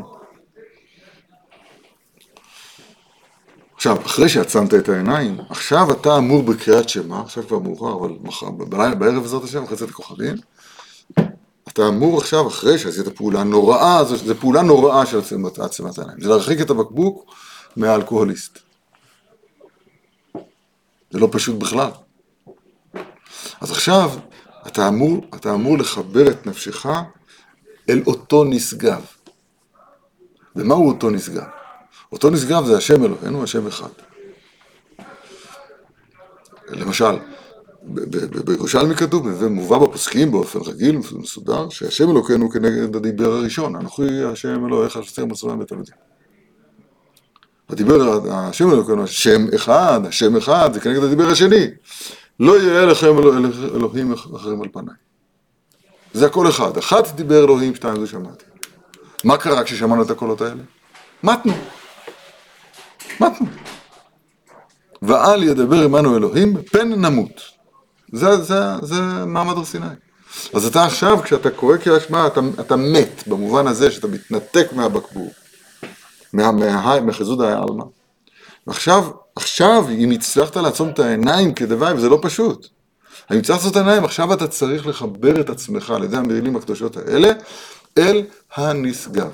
Speaker 1: עכשיו, אחרי שעצמת את העיניים, עכשיו אתה אמור בקריאת שמע, עכשיו כבר מאוחר, אבל מחר, בלילה, בערב הזאת השם, אחרי צאת הכוכבים, אתה אמור עכשיו, אחרי שעשית הפעולה הנוראה, זו פעולה נוראה של עצימת העיניים. זה להרחיק את הבקבוק מהאלכוהוליסט. זה לא פשוט בכלל. אז עכשיו, אתה אמור, אתה אמור לחבר את נפשך אל אותו נשגב. ומהו אותו נשגב? אותו נשגב זה השם אלוהינו, השם אחד. למשל, בירושלמי כתוב, ומובא בפוסקים באופן רגיל ומסודר, שהשם אלוהינו כנגד הדיבר הראשון, אנוכי השם אלוהיך אשר מצרים בית עבדים. הדיבר, השם אלוהינו, השם אחד, השם אחד, זה כנגד הדיבר השני. לא יהיה לכם אלוהים אחרים על פניי. זה הכל אחד. אחת דיבר אלוהים, שתיים זה שמעתי. מה קרה כששמענו את הקולות האלה? מתנו. מתנו. ואל ידבר עמנו אלוהים, פן נמות. זה, זה, זה מעמד הר סיני. אז אתה עכשיו, כשאתה קורא קריאת שמע, אתה, אתה מת, במובן הזה שאתה מתנתק מהבקבוק, מה, מה, מחזוד העלמא. ועכשיו, עכשיו, אם הצלחת לעצום את העיניים כדווי, וזה לא פשוט. אם הצלחת לעצום את העיניים, עכשיו אתה צריך לחבר את עצמך, על ידי המילים הקדושות האלה, אל הנשגב.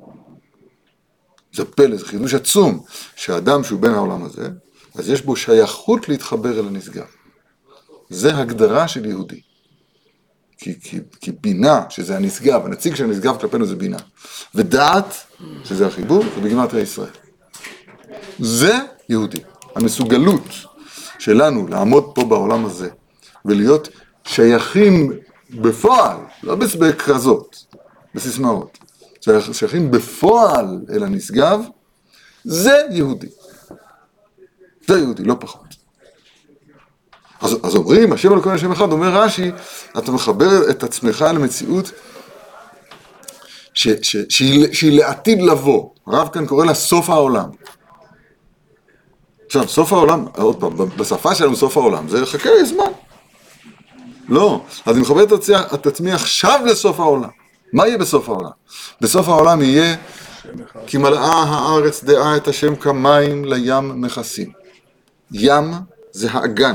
Speaker 1: זה פלא, זה חידוש עצום, שהאדם שהוא בין העולם הזה, אז יש בו שייכות להתחבר אל הנשגב. זה הגדרה של יהודי. כי, כי, כי בינה, שזה הנשגב, הנציג של הנשגב כלפינו זה בינה. ודעת, שזה החיבור, זה בגימטריה ישראל. זה יהודי. המסוגלות שלנו לעמוד פה בעולם הזה, ולהיות שייכים בפועל, לא בכרזות, בסיסמאות, שייכים בפועל אל הנשגב, זה יהודי. זה יהודי, לא פחות. אז, אז אומרים, השם אלוהינו השם אחד, אומר רש"י, אתה מחבר את עצמך למציאות ש, ש, שהיא, שהיא לעתיד לבוא. הרב כאן קורא לה סוף העולם. עכשיו, סוף העולם, עוד פעם, בשפה שלנו סוף העולם, זה חכה זמן. לא, אז אני מחבר את, את עצמי עכשיו לסוף העולם. מה יהיה בסוף העולם? בסוף העולם יהיה, כי מלאה הארץ דעה את השם כמים לים מכסים. ים זה האגן.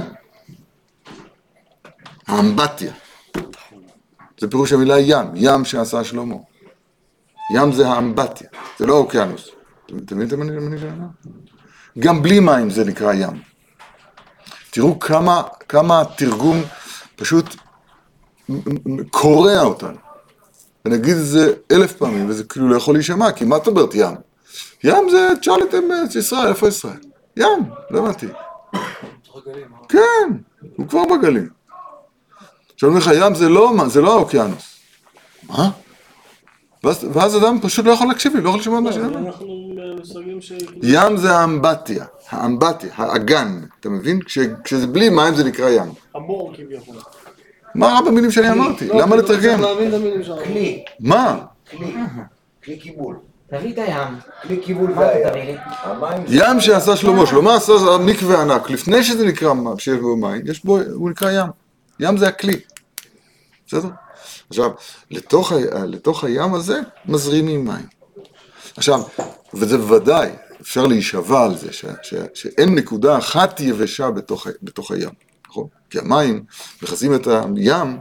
Speaker 1: האמבטיה. זה פירוש המילה ים, ים שעשה שלמה. ים זה האמבטיה, זה לא אוקיינוס. אתם מבינים את המניע שלנו? גם בלי מים זה נקרא ים. תראו כמה, כמה תרגום פשוט קורע אותנו. ונגיד את זה אלף פעמים, וזה כאילו לא יכול להישמע, כי מה את אומרת ים? ים זה, תשאל את ישראל, איפה ישראל? ים, לא אמרתי. כן, הוא כבר בגלים. עכשיו אומר לך, ים זה לא, זה לא האוקיינוס. מה? ואז, ואז אדם פשוט לא יכול להקשיב לי, לא יכול לשמוע מה שאני אומר. ים זה האמבטיה, האמבטיה, האגן, אתה מבין? כש, כשזה בלי מים זה נקרא ים.
Speaker 5: הבור כביכול.
Speaker 1: מה רע במילים שאני אמרתי? למה לתרגם?
Speaker 2: כלי.
Speaker 1: מה?
Speaker 6: כלי, כלי קיבול.
Speaker 2: תביא את הים.
Speaker 6: כלי קיבול
Speaker 2: מה אתה
Speaker 6: והיה.
Speaker 2: תביא לי?
Speaker 6: המים
Speaker 1: ים שעשה שלמה, שלמה עשה מקווה ענק, לפני שזה נקרא שיש בו מים, יש בו, הוא נקרא ים. ים זה הכלי. בסדר? עכשיו, לתוך, ה, לתוך הים הזה מזרימים מים. עכשיו, וזה בוודאי, אפשר להישבע על זה, ש, ש, שאין נקודה אחת יבשה בתוך, בתוך הים. נכון? כי המים מכסים את הים,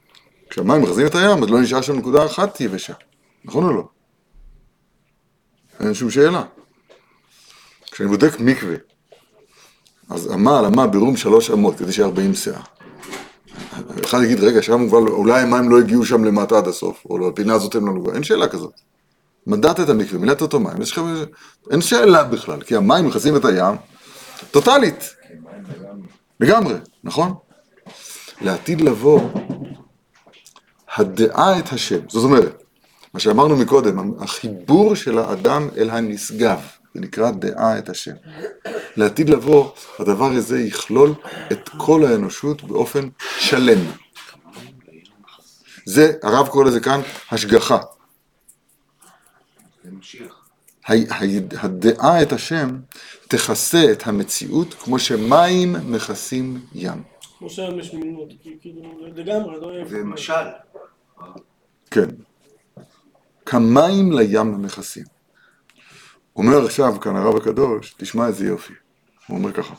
Speaker 1: כשהמים מכסים את הים, אז לא נשאר שם נקודה אחת יבשה. נכון או לא? אין שום שאלה. כשאני בודק מקווה, אז אמה על אמה ברום שלוש אמות, כדי שארבעים שאה. אחד יגיד, רגע, שם כבר, אולי המים לא הגיעו שם למטה עד הסוף, או לפינה הזאת הם לא נוגעים, אין שאלה כזאת. מדעת את המקווה, מילאת אותו מים, יש לך... אין שאלה בכלל, כי המים מכסים את הים, טוטלית. לגמרי, נכון? לעתיד לבוא, הדעה את השם, זאת אומרת, מה שאמרנו מקודם, החיבור של האדם אל הנשגב, זה נקרא דעה את השם. לעתיד לבוא, הדבר הזה יכלול את כל האנושות באופן שלם. זה, הרב קורא לזה כאן, השגחה. הדעה את השם תכסה את המציאות כמו שמים מכסים ים.
Speaker 5: כמו שם יש מינות, כאילו, לגמרי, לא יהיה...
Speaker 6: זה משל.
Speaker 1: כן. כמים לים המכסים. אומר עכשיו כאן הרב הקדוש, תשמע איזה יופי. הוא אומר ככה.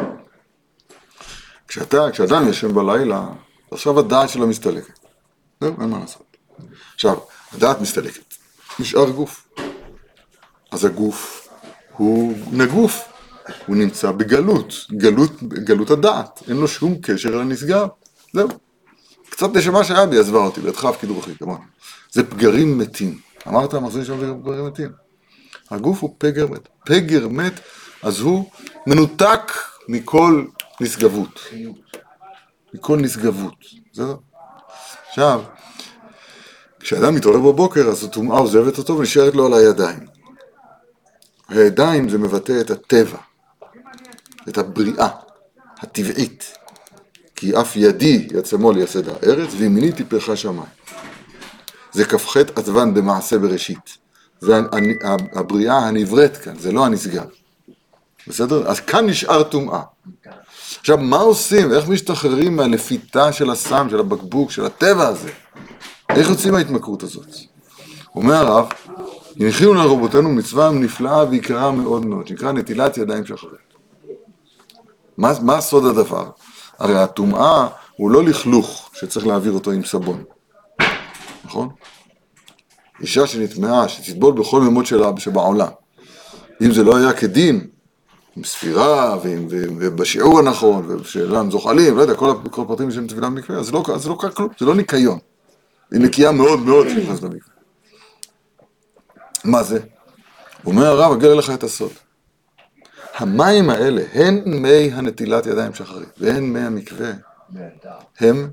Speaker 1: כשאתה, כשאדם ישן בלילה, עכשיו הדעת שלו מסתלקת. זהו, אין מה לעשות. עכשיו, הדעת מסתלקת. נשאר גוף. אז הגוף הוא נגוף. הוא נמצא בגלות. גלות, גלות הדעת. אין לו שום קשר לנשגב. זהו. קצת נשמה שהיה בי עזבה אותי, בידך הפקידו בכי, כמובן. זה פגרים מתים. אמרת, מחזיר שם זה פגרים מתים. הגוף הוא פגר מת. פגר מת, אז הוא מנותק מכל נשגבות. מכל נשגבות. זהו. עכשיו, כשאדם מתעורר בבוקר, אז הטומאה עוזבת אותו ונשארת לו על הידיים. הידיים זה מבטא את הטבע, את הבריאה, הטבעית. כי אף ידי יד שמאל יסד הארץ, וימיני טיפחה שמיים. זה כ"ח עטוון במעשה בראשית. זה הבריאה הנבראת כאן, זה לא הנשגב. בסדר? אז כאן נשאר טומאה. עכשיו, מה עושים? איך משתחררים מהלפיתה של הסם, של הבקבוק, של הטבע הזה? איך יוצאים מההתמכרות הזאת? אומר הרב, הנחינו לרבותינו מצווה נפלאה ויקרה מאוד מאוד, שנקרא נטילת ידיים שחרית. מה, מה סוד הדבר? הרי הטומאה הוא לא לכלוך שצריך להעביר אותו עם סבון. נכון? אישה שנטמעה, שתטבול בכל מימות שלה שבעולם. אם זה לא היה כדין, עם ספירה, ועם, ובשיעור הנכון, ושאלם זוחלים, לא יודע, כל, כל הפרטים שהם טבילה במקווה, זה לא, זה לא קרה כלום, זה לא ניקיון. היא נקייה מאוד מאוד שנכנס למקווה. מה זה? אומר הרב, אגלה לך את הסוד. המים האלה, הן מי הנטילת ידיים שחרית, והן מי המקווה, הם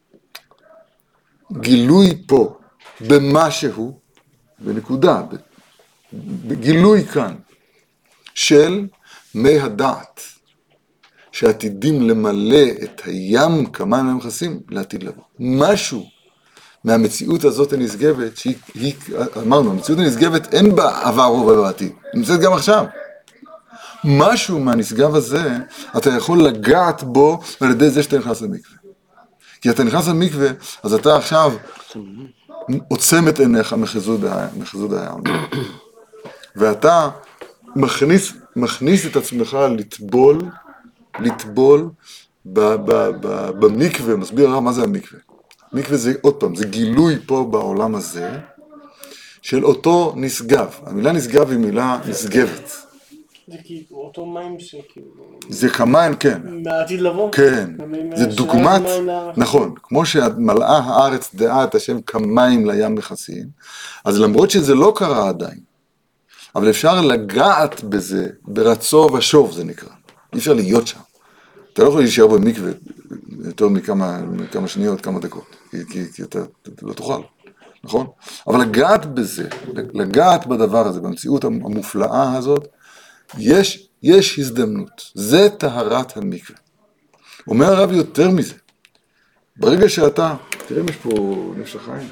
Speaker 1: גילוי פה במשהו, בנקודה, בגילוי כאן, של מי הדעת, שעתידים למלא את הים כמים הם מכסים לעתיד לבוא. משהו מהמציאות הזאת הנשגבת, שהיא, היא, אמרנו, המציאות הנשגבת אין בה עבר ובעתיד, היא נמצאת גם עכשיו. משהו מהנשגב הזה, אתה יכול לגעת בו על ידי זה שאתה נכנס למקווה. כי אתה נכנס למקווה, אז אתה עכשיו עוצם את עיניך מחזוד הים. ואתה מכניס, מכניס את עצמך לטבול, לטבול ב, ב, ב, במקווה. מסביר הרב מה זה המקווה. מקווה זה עוד פעם, זה גילוי פה בעולם הזה של אותו נשגב. המילה נשגב היא מילה נשגבת.
Speaker 5: זה כאילו אותו מים שכאילו...
Speaker 1: זה כמים, כן.
Speaker 5: מהעתיד לבוא?
Speaker 1: כן. זה דוגמת, נכון, כמו שמלאה הארץ דעה את השם כמים לים מכסים, אז למרות שזה לא קרה עדיין, אבל אפשר לגעת בזה ברצו ושוב זה נקרא. אי אפשר להיות שם. אתה לא יכול להישאר במקווה יותר מכמה, מכמה שניות, כמה דקות, כי, כי, כי אתה, אתה לא תוכל, נכון? אבל לגעת בזה, לגעת בדבר הזה, במציאות המופלאה הזאת, יש, יש הזדמנות. זה טהרת המקווה. אומר הרב יותר מזה. ברגע שאתה, תראה אם יש פה נפש החיים.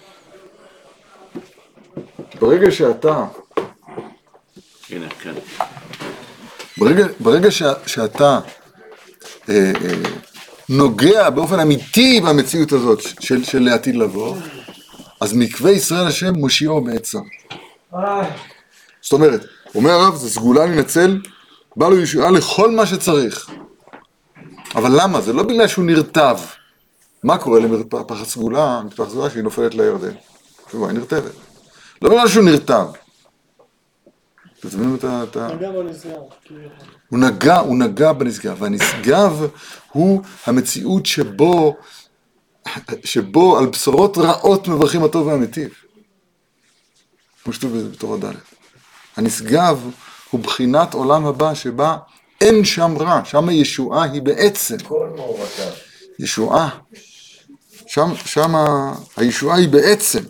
Speaker 1: ברגע שאתה,
Speaker 3: הנה, כן.
Speaker 1: ברגע, ברגע ש, שאתה אה, אה, נוגע באופן אמיתי במציאות הזאת של, של לעתיד לבוא, אז מקווה ישראל השם מושיעו בעצם. זאת אומרת, אומר הרב, זה סגולה לנצל, בא לו ישועה לכל מה שצריך. אבל למה? זה לא בגלל שהוא נרטב. מה קורה למפחת סגולה, מפחת סגולה שהיא נופלת לירדן? היא נרטבת. לא בגלל שהוא נרטב. אתם מבינים את ה... את ה-
Speaker 5: נגע בנשגב.
Speaker 1: הוא נגע, הוא נגע בנשגב, והנשגב הוא המציאות שבו, שבו על בשורות רעות מברכים הטוב והמיטיב. כמו שכתוב בתורה ד'. הנשגב הוא בחינת עולם הבא שבה אין שם רע, שם הישועה היא בעצם.
Speaker 6: כל מאורותיו.
Speaker 1: ישועה, שם, שם הישועה היא בעצם.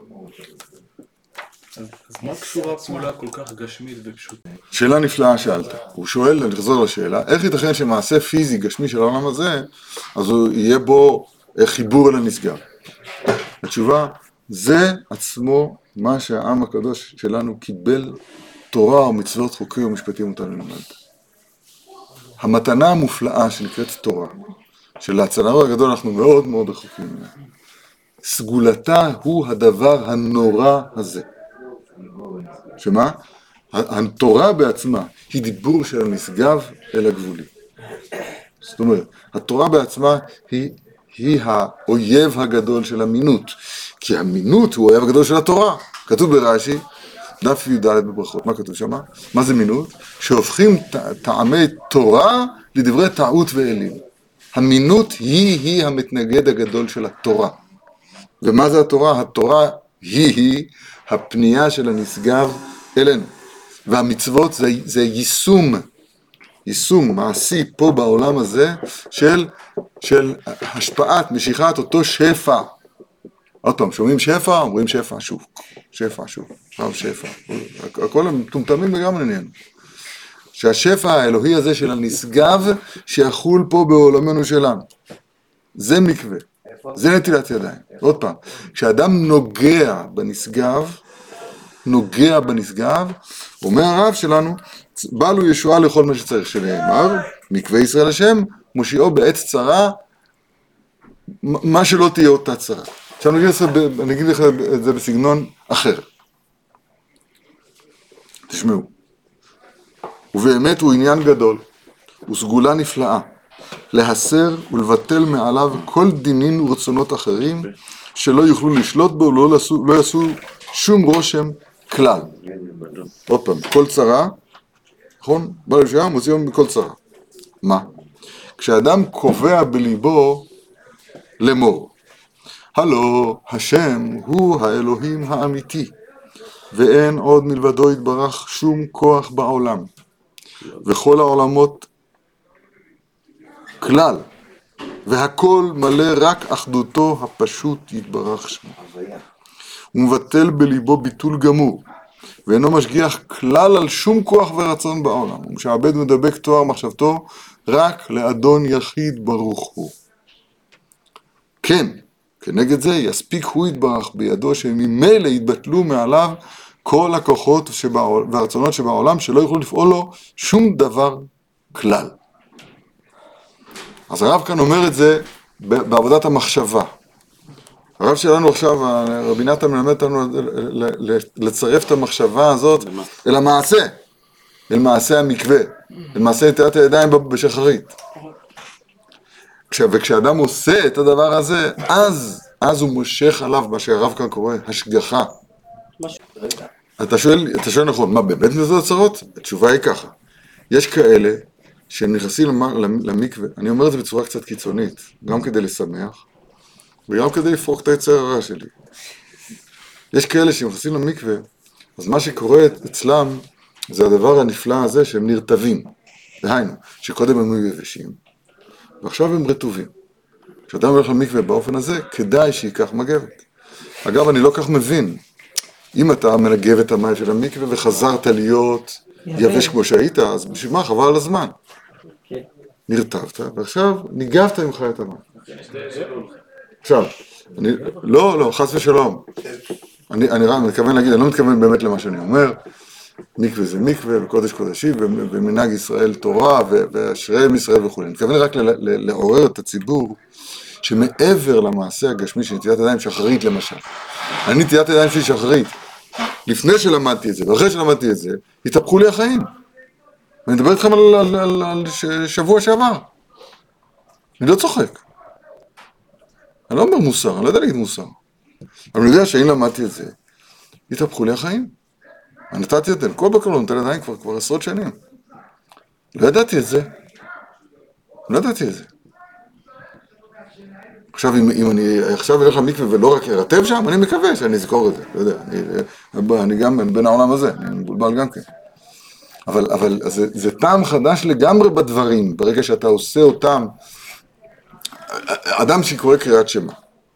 Speaker 4: אז מה קשורה פעולה כל כך גשמית ופשוטה?
Speaker 1: שאלה נפלאה שאלת. הוא שואל, אני חוזר לשאלה, איך ייתכן שמעשה פיזי גשמי של העולם הזה, אז הוא יהיה בו חיבור אל הנשגב? התשובה, זה עצמו מה שהעם הקדוש שלנו קיבל תורה ומצוות חוקים ומשפטים אותנו ללמד. המתנה המופלאה שנקראת תורה, שלהצלנו הגדול אנחנו מאוד מאוד רחוקים ממנה. סגולתה הוא הדבר הנורא הזה. שמה? התורה בעצמה היא דיבור של הנשגב אל הגבולי. זאת אומרת, התורה בעצמה היא, היא האויב הגדול של המינות. כי המינות הוא האויב הגדול של התורה. כתוב ברש"י, דף י"ד בברכות, מה כתוב שם? מה זה מינות? שהופכים טעמי תורה לדברי טעות ואליל. המינות היא-היא המתנגד הגדול של התורה. ומה זה התורה? התורה היא-היא הפנייה של הנשגב אלינו. והמצוות זה, זה יישום, יישום מעשי פה בעולם הזה של, של השפעת, משיכת אותו שפע. עוד פעם, שומעים שפע, אומרים שפע שוב, שפע שוב, עכשיו שפע. הכל הם טומטמים לגמרי עניין. שהשפע האלוהי הזה של הנשגב שיחול פה בעולמנו שלנו. זה מקווה, זה נטילת ידיים. עוד פעם, כשאדם נוגע בנשגב, נוגע בנשגב, אומר הרב שלנו, בא לו ישועה לכל מה שצריך שנאמר, מקווה ישראל השם, מושיעו בעת צרה, מה שלא תהיה אותה צרה. עכשיו אני אגיד לך את זה בסגנון אחר. תשמעו. ובאמת הוא עניין גדול, הוא סגולה נפלאה, להסר ולבטל מעליו כל דינין ורצונות אחרים, שלא יוכלו לשלוט בו ולא יעשו, לא יעשו שום רושם כלל. עוד פעם, כל צרה, נכון? בא לשעה, מוציאים מכל צרה. מה? כשאדם קובע בליבו לאמור, הלא, השם הוא האלוהים האמיתי, ואין עוד מלבדו יתברך שום כוח בעולם, וכל העולמות כלל, והכל מלא רק אחדותו הפשוט יתברך שמו. הוא מבטל בליבו ביטול גמור, ואינו משגיח כלל על שום כוח ורצון בעולם. הוא משעבד ומדבק תואר מחשבתו רק לאדון יחיד ברוך הוא. כן, כנגד זה יספיק הוא יתברך בידו שממילא יתבטלו מעליו כל הכוחות שבעול, והרצונות שבעולם שלא יוכלו לפעול לו שום דבר כלל. אז הרב כאן אומר את זה בעבודת המחשבה. הרב שלנו עכשיו, רבי נתן מלמד אותנו לצרף את המחשבה הזאת אל המעשה, אל מעשה המקווה, אל מעשה נטילת הידיים בשחרית. וכשאדם עושה את הדבר הזה, אז, אז הוא מושך עליו מה שהרב כאן קורא, השגחה. אתה שואל, אתה שואל נכון, מה באמת נזו הצרות? התשובה היא ככה. יש כאלה שהם נכנסים למקווה, אני אומר את זה בצורה קצת קיצונית, גם כדי לשמח, וגם כדי לפרוק את היצר הרע שלי. יש כאלה שנכנסים למקווה, אז מה שקורה אצלם זה הדבר הנפלא הזה שהם נרטבים. דהיינו, שקודם הם היו יבשים, ועכשיו הם רטובים. כשאדם הולך למקווה באופן הזה, כדאי שיקח מגבת. אגב, אני לא כך מבין, אם אתה מנגב את המים של המקווה וחזרת להיות יבש כמו שהיית, אז בשביל מה? חבל על הזמן. נרטבת, ועכשיו ניגבת ממך את המים. עכשיו, אני, לא, לא, חס ושלום. אני, אני, אני מתכוון להגיד, אני לא מתכוון באמת למה שאני אומר. מקווה זה מקווה, וקודש קודשים, ומנהג ישראל תורה, ואשריהם ישראל וכו'. אני מתכוון רק לעורר את הציבור, שמעבר למעשה הגשמי של נטילת ידיים שחרית למשל. אני נטילת ידיים שלי שחרית. לפני שלמדתי את זה, ואחרי שלמדתי את זה, התהפכו לי החיים. ואני מדבר איתכם על, על, על, על שבוע שעבר. אני לא צוחק. אני לא אומר מוסר, אני לא יודע להגיד מוסר. אבל אני יודע שאם למדתי את זה, התהפכו לי החיים. אני נתתי את זה, כל בוקר לא נותן עדיין כבר, כבר עשרות שנים. לא ידעתי את זה. לא ידעתי את זה. עכשיו, אם, אם אני עכשיו אלך למקווה ולא רק ארטב שם, אני מקווה שאני אזכור את זה, לא יודע. אני, אני גם בין העולם הזה, אני מבולבל גם כן. אבל, אבל זה, זה טעם חדש לגמרי בדברים, ברגע שאתה עושה אותם, אדם שקורא קריאת שמע.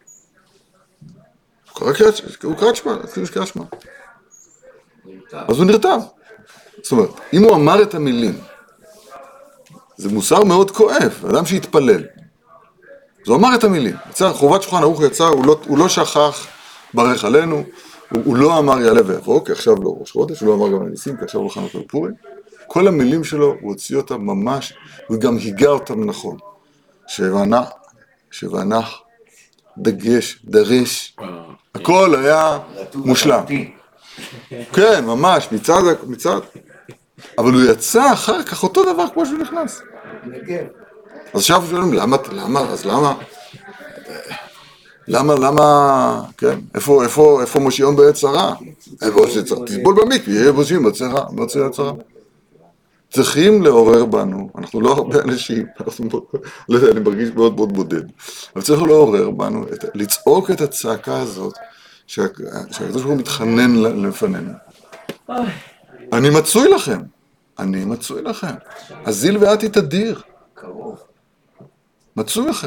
Speaker 1: הוא קורא קריאת שמע, הוא קריאת שמע, הוא קריאת שמע. אז הוא נרטב. זאת אומרת, אם הוא אמר את המילים, זה מוסר מאוד כואב, אדם שהתפלל. אז הוא אמר את המילים, יצא, חובת שולחן ערוך יצא, הוא לא, הוא לא שכח ברך עלינו, הוא, הוא לא אמר יעלה ויבוא, כי עכשיו לא ראש חודש, הוא לא אמר גם לניסים, כי עכשיו לא חנוכה בפורים. כל המילים שלו, הוא הוציא אותם ממש, הוא גם היגע אותם נכון. שבענך, שבענך, דגש, דרש, הכל היה מושלם. כן, ממש, מצד, מצד. אבל הוא יצא אחר כך אותו דבר כמו שהוא נכנס. אז עכשיו שואלים, למה, למה, אז למה? למה, למה, כן, איפה, איפה, איפה מושיעון בעת צרה? איפה שצרה? תסבול במקווה, יהיה מושיעון בצרה, בעת צרה. צריכים לעורר בנו, אנחנו לא הרבה אנשים, לא יודע, אני מרגיש מאוד מאוד בודד, אבל צריך לעורר בנו, לצעוק את הצעקה הזאת, שהקדוש ברוך הוא מתחנן לפנינו. אני מצוי לכם, אני מצוי לכם. הזיל ואתי תדיר. מצוי לכם.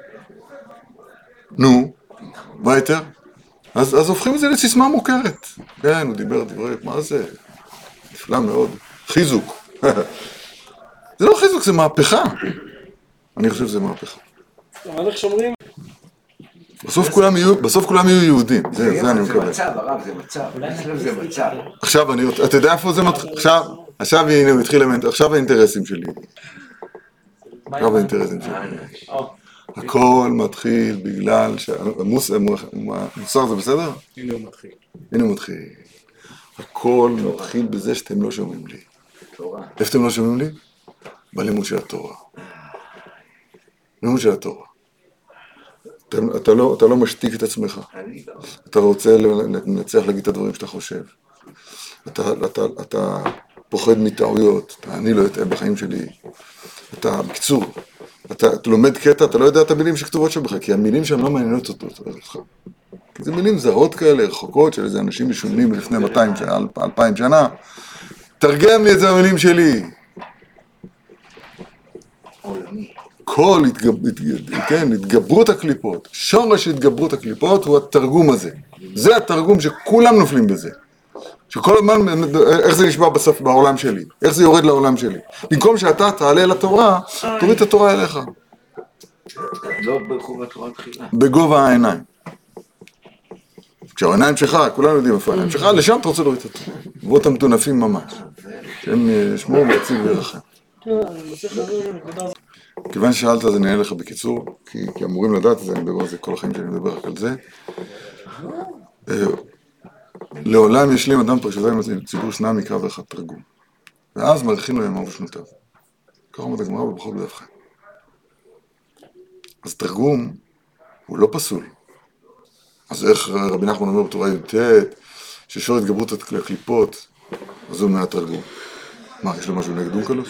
Speaker 1: נו, מה יותר? אז, אז הופכים את זה לסיסמה מוכרת. כן, הוא דיבר דברי, מה זה? נפלא מאוד. חיזוק. זה לא חיזוק, זה מהפכה. אני חושב שזה מהפכה.
Speaker 5: אבל איך שומרים?
Speaker 1: בסוף כולם יהיו, בסוף כולם יהיו יהודים. זה, זה אני מקווה.
Speaker 6: זה מצב, הרב, זה מצב. זה מצב.
Speaker 1: עכשיו, אני, אתה יודע איפה זה מתחיל? עכשיו, עכשיו הנה, הוא התחיל, עכשיו האינטרסים שלי. עכשיו האינטרסים שלי. הכל מתחיל בגלל שהמוסר זה בסדר?
Speaker 4: הנה הוא מתחיל.
Speaker 1: הנה הוא מתחיל. הכל מתחיל בזה שאתם לא שומעים לי. איפה אתם לא שומעים לי? בלימוד של התורה. לימוד של התורה. אתה, אתה, לא, אתה לא משתיק את עצמך. אתה רוצה לנצח להגיד את הדברים שאתה חושב. אתה, אתה, אתה פוחד מטעויות. אני לא יודע בחיים שלי. אתה, בקיצור, אתה, אתה לומד קטע, אתה לא יודע את המילים שכתובות שם בך, כי המילים שם לא מעניינות אותך. כי זה מילים זרות כאלה, רחוקות, של איזה אנשים משונים לפני מאתיים, אלפיים שנה. תרגם לי את זה במילים שלי. כל התגב... התגב... כן, התגברות הקליפות, שורש התגברות הקליפות הוא התרגום הזה. זה התרגום שכולם נופלים בזה. שכל הזמן, איך זה נשמע בסוף בעולם שלי? איך זה יורד לעולם שלי? במקום שאתה תעלה לתורה, תוריד את התורה אליך.
Speaker 6: לא ברחוב התורה תחילה.
Speaker 1: בגובה העיניים. כשהעיניים שלך, כולנו יודעים איפה העיניים שלך, לשם אתה רוצה להוריד את התורה. ועוד המטונפים ממש. שהם ישמעו ויציג וירחם. כיוון ששאלת, אז אני אענה לך בקיצור, כי, כי אמורים לדעת, אז אני מדבר על זה כל החיים שאני מדבר רק על זה. לעולם ישלים אדם פרשתיים לציבור שניים מקרא ואחד תרגום. ואז מעריכים לו ימיו ושנותיו. ככה אומרת הגמרא בברכות בדף ח'. אז תרגום הוא לא פסול. אז איך רבי נחמן אומר בתורה י"ט, ששור התגברות הקליפות, אז הוא מהתרגום. מה, יש לו משהו נגד אונקלוס?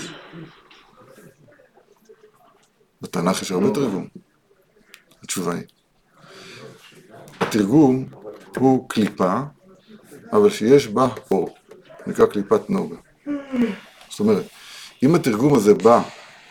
Speaker 1: בתנ"ך יש הרבה תרגום. התשובה היא. התרגום הוא קליפה, אבל שיש בה אור, נקרא קליפת נוגה. זאת אומרת, אם התרגום הזה בא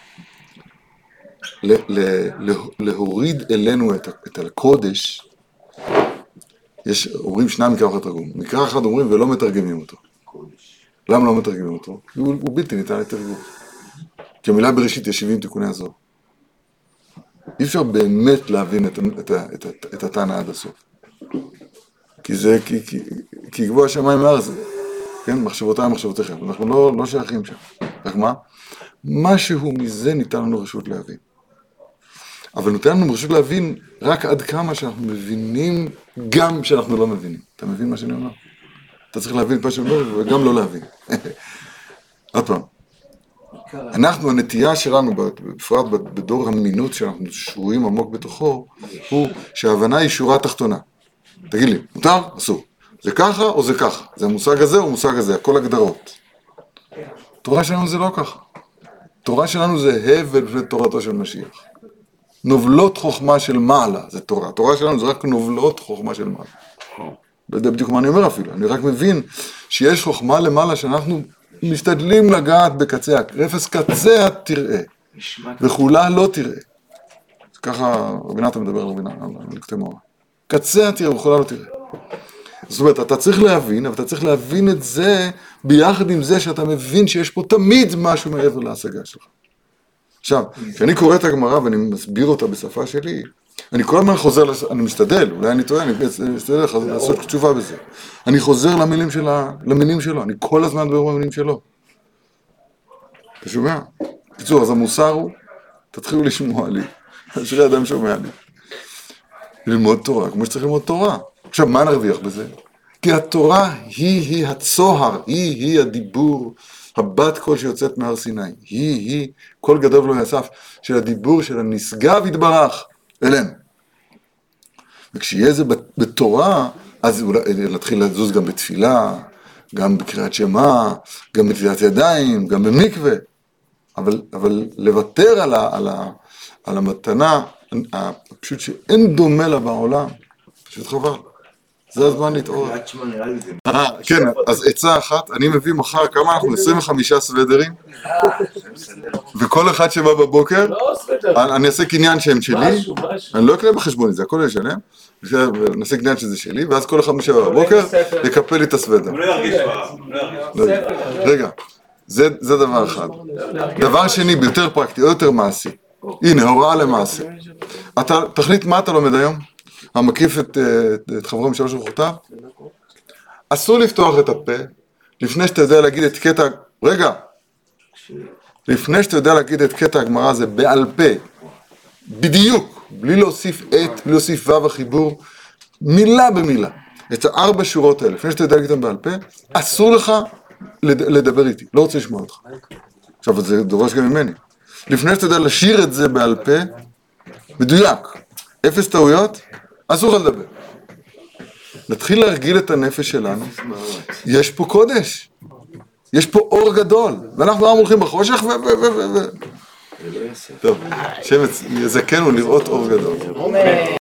Speaker 1: להוריד אלינו את הקודש, יש, אומרים שניים מקרא אחד תרגום. מקרא אחד אומרים ולא מתרגמים אותו. למה לא מתרגמים אותו? כי הוא, הוא בלתי ניתן לתרגום. כי המילה בראשית יש שבעים תיקוני הזוהר. אי אפשר באמת להבין את, את, את, את, את התנא עד הסוף. כי זה, כי, כי, כי גבוה השמיים מארץ, כן? מחשבותיי מחשבותיכם. אנחנו לא, לא שייכים שם. רק מה? משהו מזה ניתן לנו רשות להבין. אבל ניתן לנו רשות להבין רק עד כמה שאנחנו מבינים גם שאנחנו לא מבינים. אתה מבין מה שאני אומר? אתה צריך להבין את מה שאני אומר וגם לא להבין. עוד פעם. אנחנו, הנטייה שלנו, בפרט בדור המינות שאנחנו שרויים עמוק בתוכו, הוא שההבנה היא שורה תחתונה. תגיד לי, מותר? אסור. זה ככה או זה ככה, זה המושג הזה או המושג הזה, הכל הגדרות. תורה שלנו זה לא ככה. תורה שלנו זה הבל בפני תורתו של משיח. נובלות חוכמה של מעלה, זה תורה. התורה שלנו זה רק נובלות חוכמה של מעלה. לא יודע בדיוק מה אני אומר אפילו, אני רק מבין שיש חוכמה למעלה שאנחנו משתדלים לגעת בקצה, אפס קצה תראה, וכולה לא תראה. ככה רבי נתן מדבר על רבי נתן, על לקטי מורה. קצה תראה, וכולה לא תראה. זאת אומרת, אתה צריך להבין, אבל אתה צריך להבין את זה ביחד עם זה שאתה מבין שיש פה תמיד משהו מעבר להשגה שלך. עכשיו, כשאני קורא את הגמרא ואני מסביר אותה בשפה שלי, אני כל הזמן חוזר, אני משתדל, אולי אני טועה, אני משתדל לעשות תשובה בזה. אני חוזר למילים שלה, למילים שלו, אני כל הזמן מדבר במילים שלו. אתה שומע? בקיצור, אז המוסר הוא, תתחילו לשמוע לי, אשרי אדם שומע לי. ללמוד תורה, כמו שצריך ללמוד תורה. עכשיו, מה נרוויח בזה? כי התורה היא-היא הצוהר, היא-היא הדיבור, הבת קול שיוצאת מהר סיני, היא-היא, קול גדול לא יאסף, של הדיבור של הנשגב יתברך אלינו. וכשיהיה זה בתורה, אז אולי להתחיל לזוז גם בתפילה, גם בקריאת שמע, גם בטבילת ידיים, גם במקווה. אבל, אבל לוותר על, ה, על, ה, על המתנה, פשוט שאין דומה לה בעולם, פשוט חבל. זה הזמן להתעורר. אה, כן, אז עצה אחת, אני מביא מחר כמה אנחנו, עשרים וחמישה סוודרים, וכל אחד שבא בבוקר, אני אעשה קניין שהם שלי, אני לא אקנה בחשבון את זה, הכל ישלם, נעשה קניין שזה שלי, ואז כל אחד שבא בבוקר יקפל לי את הסוודר.
Speaker 3: הוא לא ירגיש כבר.
Speaker 1: רגע, זה דבר אחד. דבר שני, ביותר פרקטי, או יותר מעשי. הנה, הוראה למעשה. אתה תחליט מה אתה לומד היום? המקיף את, את חברו משלוש רכותיו, אסור לפתוח את הפה, לפני שאתה יודע להגיד את קטע, רגע, לפני שאתה יודע להגיד את קטע הגמרא הזה בעל פה, בדיוק, בלי להוסיף את, בלי להוסיף וו החיבור, מילה במילה, את הארבע שורות האלה, לפני שאתה יודע להגיד אותם בעל פה, אסור לך לדבר איתי, לא רוצה לשמוע אותך. עכשיו, זה דורש גם ממני. לפני שאתה יודע לשיר את זה בעל פה, מדויק, אפס טעויות, אסור לך לדבר. נתחיל להרגיל את הנפש שלנו. יש פה קודש. יש פה אור גדול. ואנחנו גם הולכים בחושך ו... ו... ו... ו... טוב, שם יזכנו לראות אור גדול.